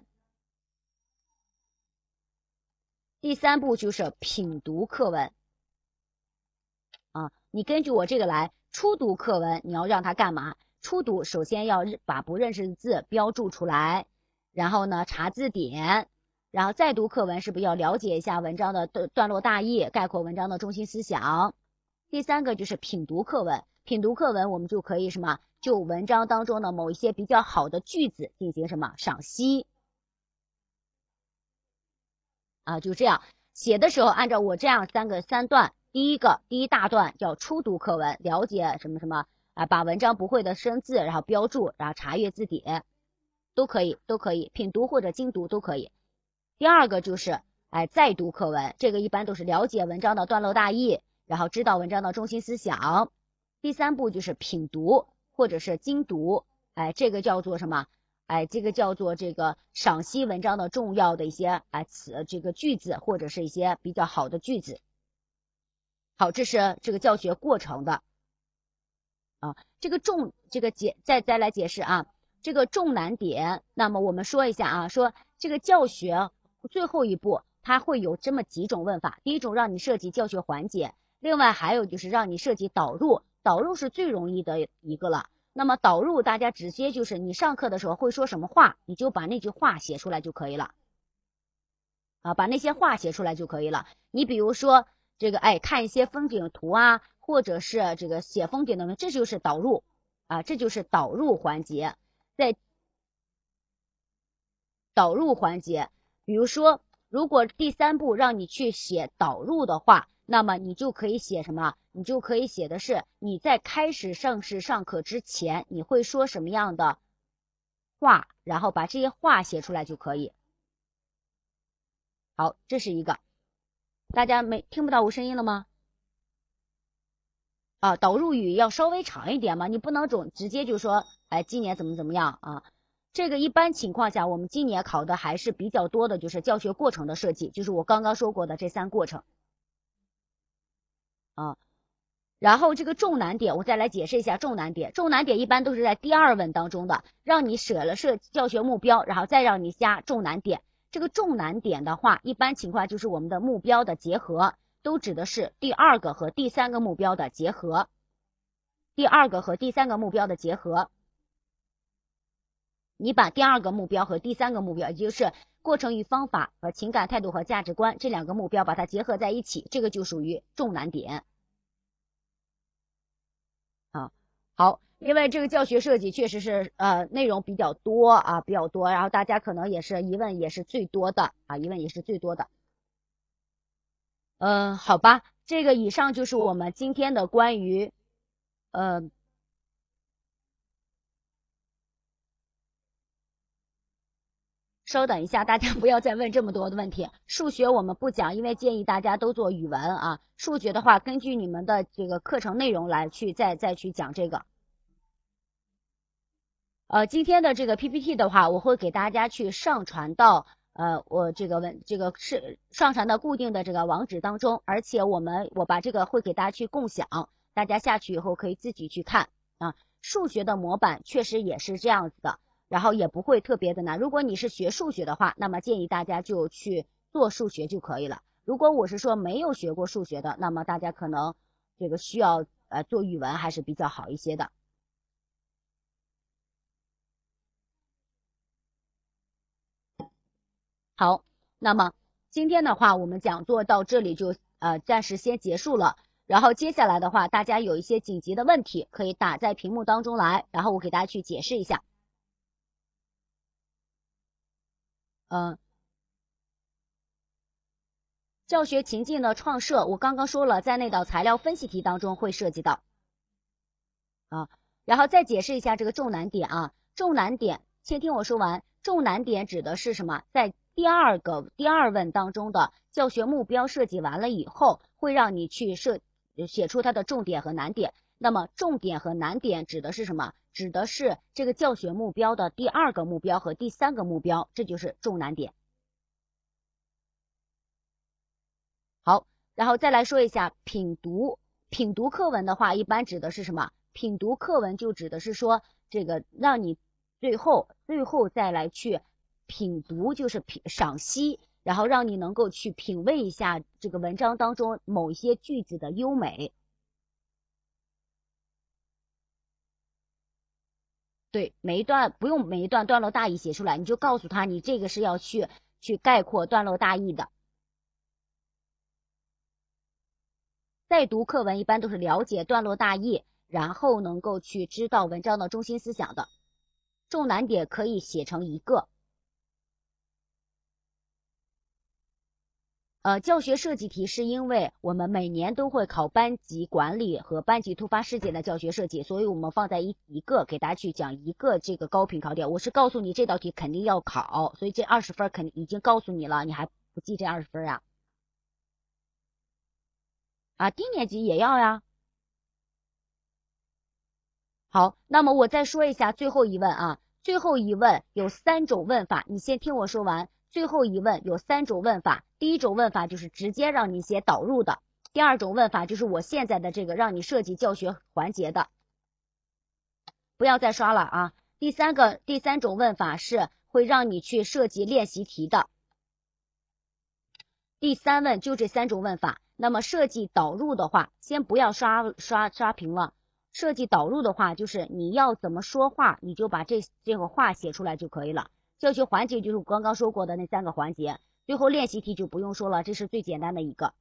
Speaker 1: 第三步就是品读课文啊。你根据我这个来，初读课文你要让他干嘛？初读首先要把不认识的字标注出来，然后呢查字典，然后再读课文是不是要了解一下文章的段落大意，概括文章的中心思想？第三个就是品读课文，品读课文我们就可以什么？就文章当中的某一些比较好的句子进行什么赏析啊？就这样写的时候，按照我这样三个三段。第一个第一大段叫初读课文，了解什么什么啊，把文章不会的生字然后标注，然后查阅字典，都可以都可以，品读或者精读都可以。第二个就是哎再读课文，这个一般都是了解文章的段落大意，然后知道文章的中心思想。第三步就是品读或者是精读，哎这个叫做什么哎，这个叫做这个赏析文章的重要的一些哎词这个句子或者是一些比较好的句子。好，这是这个教学过程的啊，这个重这个解再再来解释啊，这个重难点。那么我们说一下啊，说这个教学最后一步它会有这么几种问法，第一种让你设计教学环节，另外还有就是让你设计导入，导入是最容易的一个了。那么导入大家直接就是你上课的时候会说什么话，你就把那句话写出来就可以了啊，把那些话写出来就可以了。你比如说这个哎看一些风景图啊，或者是这个写风景的，这就是导入啊，这就是导入环节。在导入环节，比如说如果第三步让你去写导入的话，那么你就可以写什么？你就可以写的是你在开始正式上课之前你会说什么样的话，然后把这些话写出来就可以。好，这是一个。大家没听不到我声音了吗？啊，导入语要稍微长一点嘛，你不能总直接就说，哎，今年怎么怎么样啊？这个一般情况下，我们今年考的还是比较多的，就是教学过程的设计，就是我刚刚说过的这三过程啊。然后这个重难点，我再来解释一下重难点。重难点一般都是在第二问当中的，让你舍了设教学目标，然后再让你加重难点。这个重难点的话，一般情况就是我们的目标的结合，都指的是第二个和第三个目标的结合。第二个和第三个目标的结合，你把第二个目标和第三个目标，也就是过程与方法和情感态度和价值观这两个目标把它结合在一起，这个就属于重难点。啊，好，因为这个教学设计确实是呃内容比较多啊，比较多，然后大家可能也是疑问也是最多的啊，疑问也是最多的。嗯、呃，好吧，这个以上就是我们今天的关于呃。稍等一下，大家不要再问这么多的问题。数学我们不讲，因为建议大家都做语文啊。数学的话，根据你们的这个课程内容来去再再去讲这个。呃，今天的这个 P P T 的话，我会给大家去上传到呃我这个文这个是上传到固定的这个网址当中，而且我们我把这个会给大家去共享，大家下去以后可以自己去看啊。数学的模板确实也是这样子的。然后也不会特别的难。如果你是学数学的话，那么建议大家就去做数学就可以了。如果我是说没有学过数学的，那么大家可能这个需要呃做语文还是比较好一些的。好，那么今天的话，我们讲座到这里就呃暂时先结束了。然后接下来的话，大家有一些紧急的问题可以打在屏幕当中来，然后我给大家去解释一下。嗯。教学情境的创设，我刚刚说了，在那道材料分析题当中会涉及到啊，然后再解释一下这个重难点啊，重难点，先听我说完。重难点指的是什么？在第二个第二问当中的教学目标设计完了以后，会让你去设写出它的重点和难点。那么重点和难点指的是什么？指的是这个教学目标的第二个目标和第三个目标，这就是重难点。好，然后再来说一下品读。品读课文的话，一般指的是什么？品读课文就指的是说，这个让你最后最后再来去品读，就是品赏析，然后让你能够去品味一下这个文章当中某一些句子的优美。对，每一段不用每一段段落大意写出来，你就告诉他你这个是要去去概括段落大意的。再读课文一般都是了解段落大意，然后能够去知道文章的中心思想的。重难点可以写成一个。呃，教学设计题是因为我们每年都会考班级管理和班级突发事件的教学设计，所以我们放在一一个给大家去讲一个这个高频考点。我是告诉你这道题肯定要考，所以这二十分肯定已经告诉你了，你还不记这二十分啊？啊，低年级也要呀。好，那么我再说一下最后一问啊， 最后一问有三种问法，你先听我说完。最后一问有三种问法，第一种问法就是直接让你写导入的，第二种问法就是我现在的这个让你设计教学环节的，不要再刷了啊。第三个第三种问法是会让你去设计练习题的。第三问就这三种问法。那么设计导入的话，先不要刷刷刷屏了。设计导入的话，就是你要怎么说话，你就把这这个话写出来就可以了。教学环节就是我刚刚说过的那三个环节，最后练习题就不用说了，这是最简单的一个。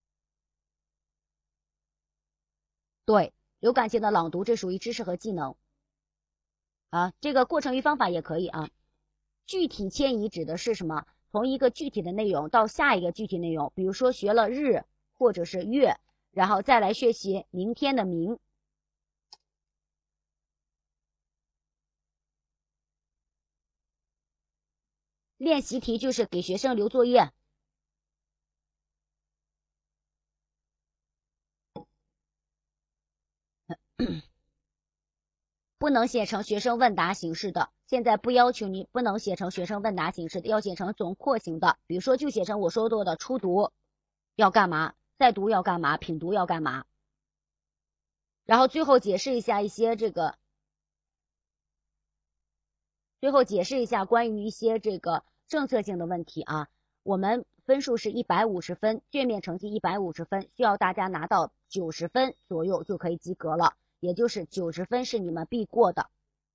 Speaker 1: 对，有感情的朗读，这属于知识和技能啊。这个过程与方法也可以啊。具体迁移指的是什么？从一个具体的内容到下一个具体内容，比如说学了日或者是月，然后再来学习明天的明。练习题就是给学生留作业，不能写成学生问答形式的。现在不要求你不能写成学生问答形式的，要写成总括型的。比如说就写成我说过的初读要干嘛，再读要干嘛，品读要干嘛。然后最后解释一下一些这个，最后解释一下关于一些这个政策性的问题啊。我们分数是一百五十分，卷面成绩一百五十分，需要大家拿到九十分左右就可以及格了，也就是九十分是你们必过的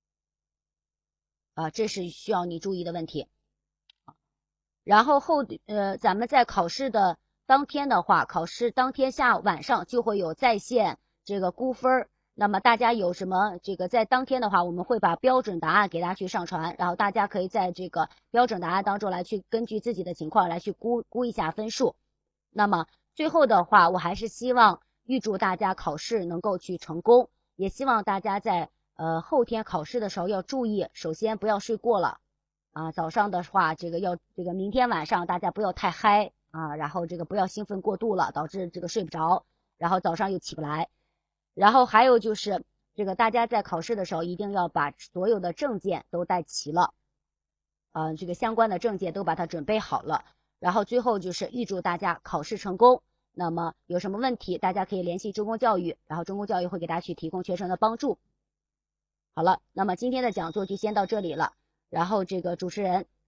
Speaker 1: 啊，这是需要你注意的问题。然后后呃，咱们在考试的当天的话，考试当天下午晚上就会有在线这个估分。那么大家有什么这个在当天的话，我们会把标准答案给大家去上传，然后大家可以在这个标准答案当中来去根据自己的情况来去估估一下分数。那么最后的话，我还是希望预祝大家考试能够去成功，也希望大家在呃后天考试的时候要注意，首先不要睡过了啊，早上的话这个要这个明天晚上大家不要太嗨啊，然后这个不要兴奋过度了，导致这个睡不着，然后早上又起不来。然后还有就是这个大家在考试的时候一定要把所有的证件都带齐了，呃，这个相关的证件都把它准备好了。然后最后就是预祝大家考试成功。那么有什么问题，大家可以联系中公教育，然后中公教育会给大家去提供全程的帮助。好了，那么今天的讲座就先到这里了。然后这个主持人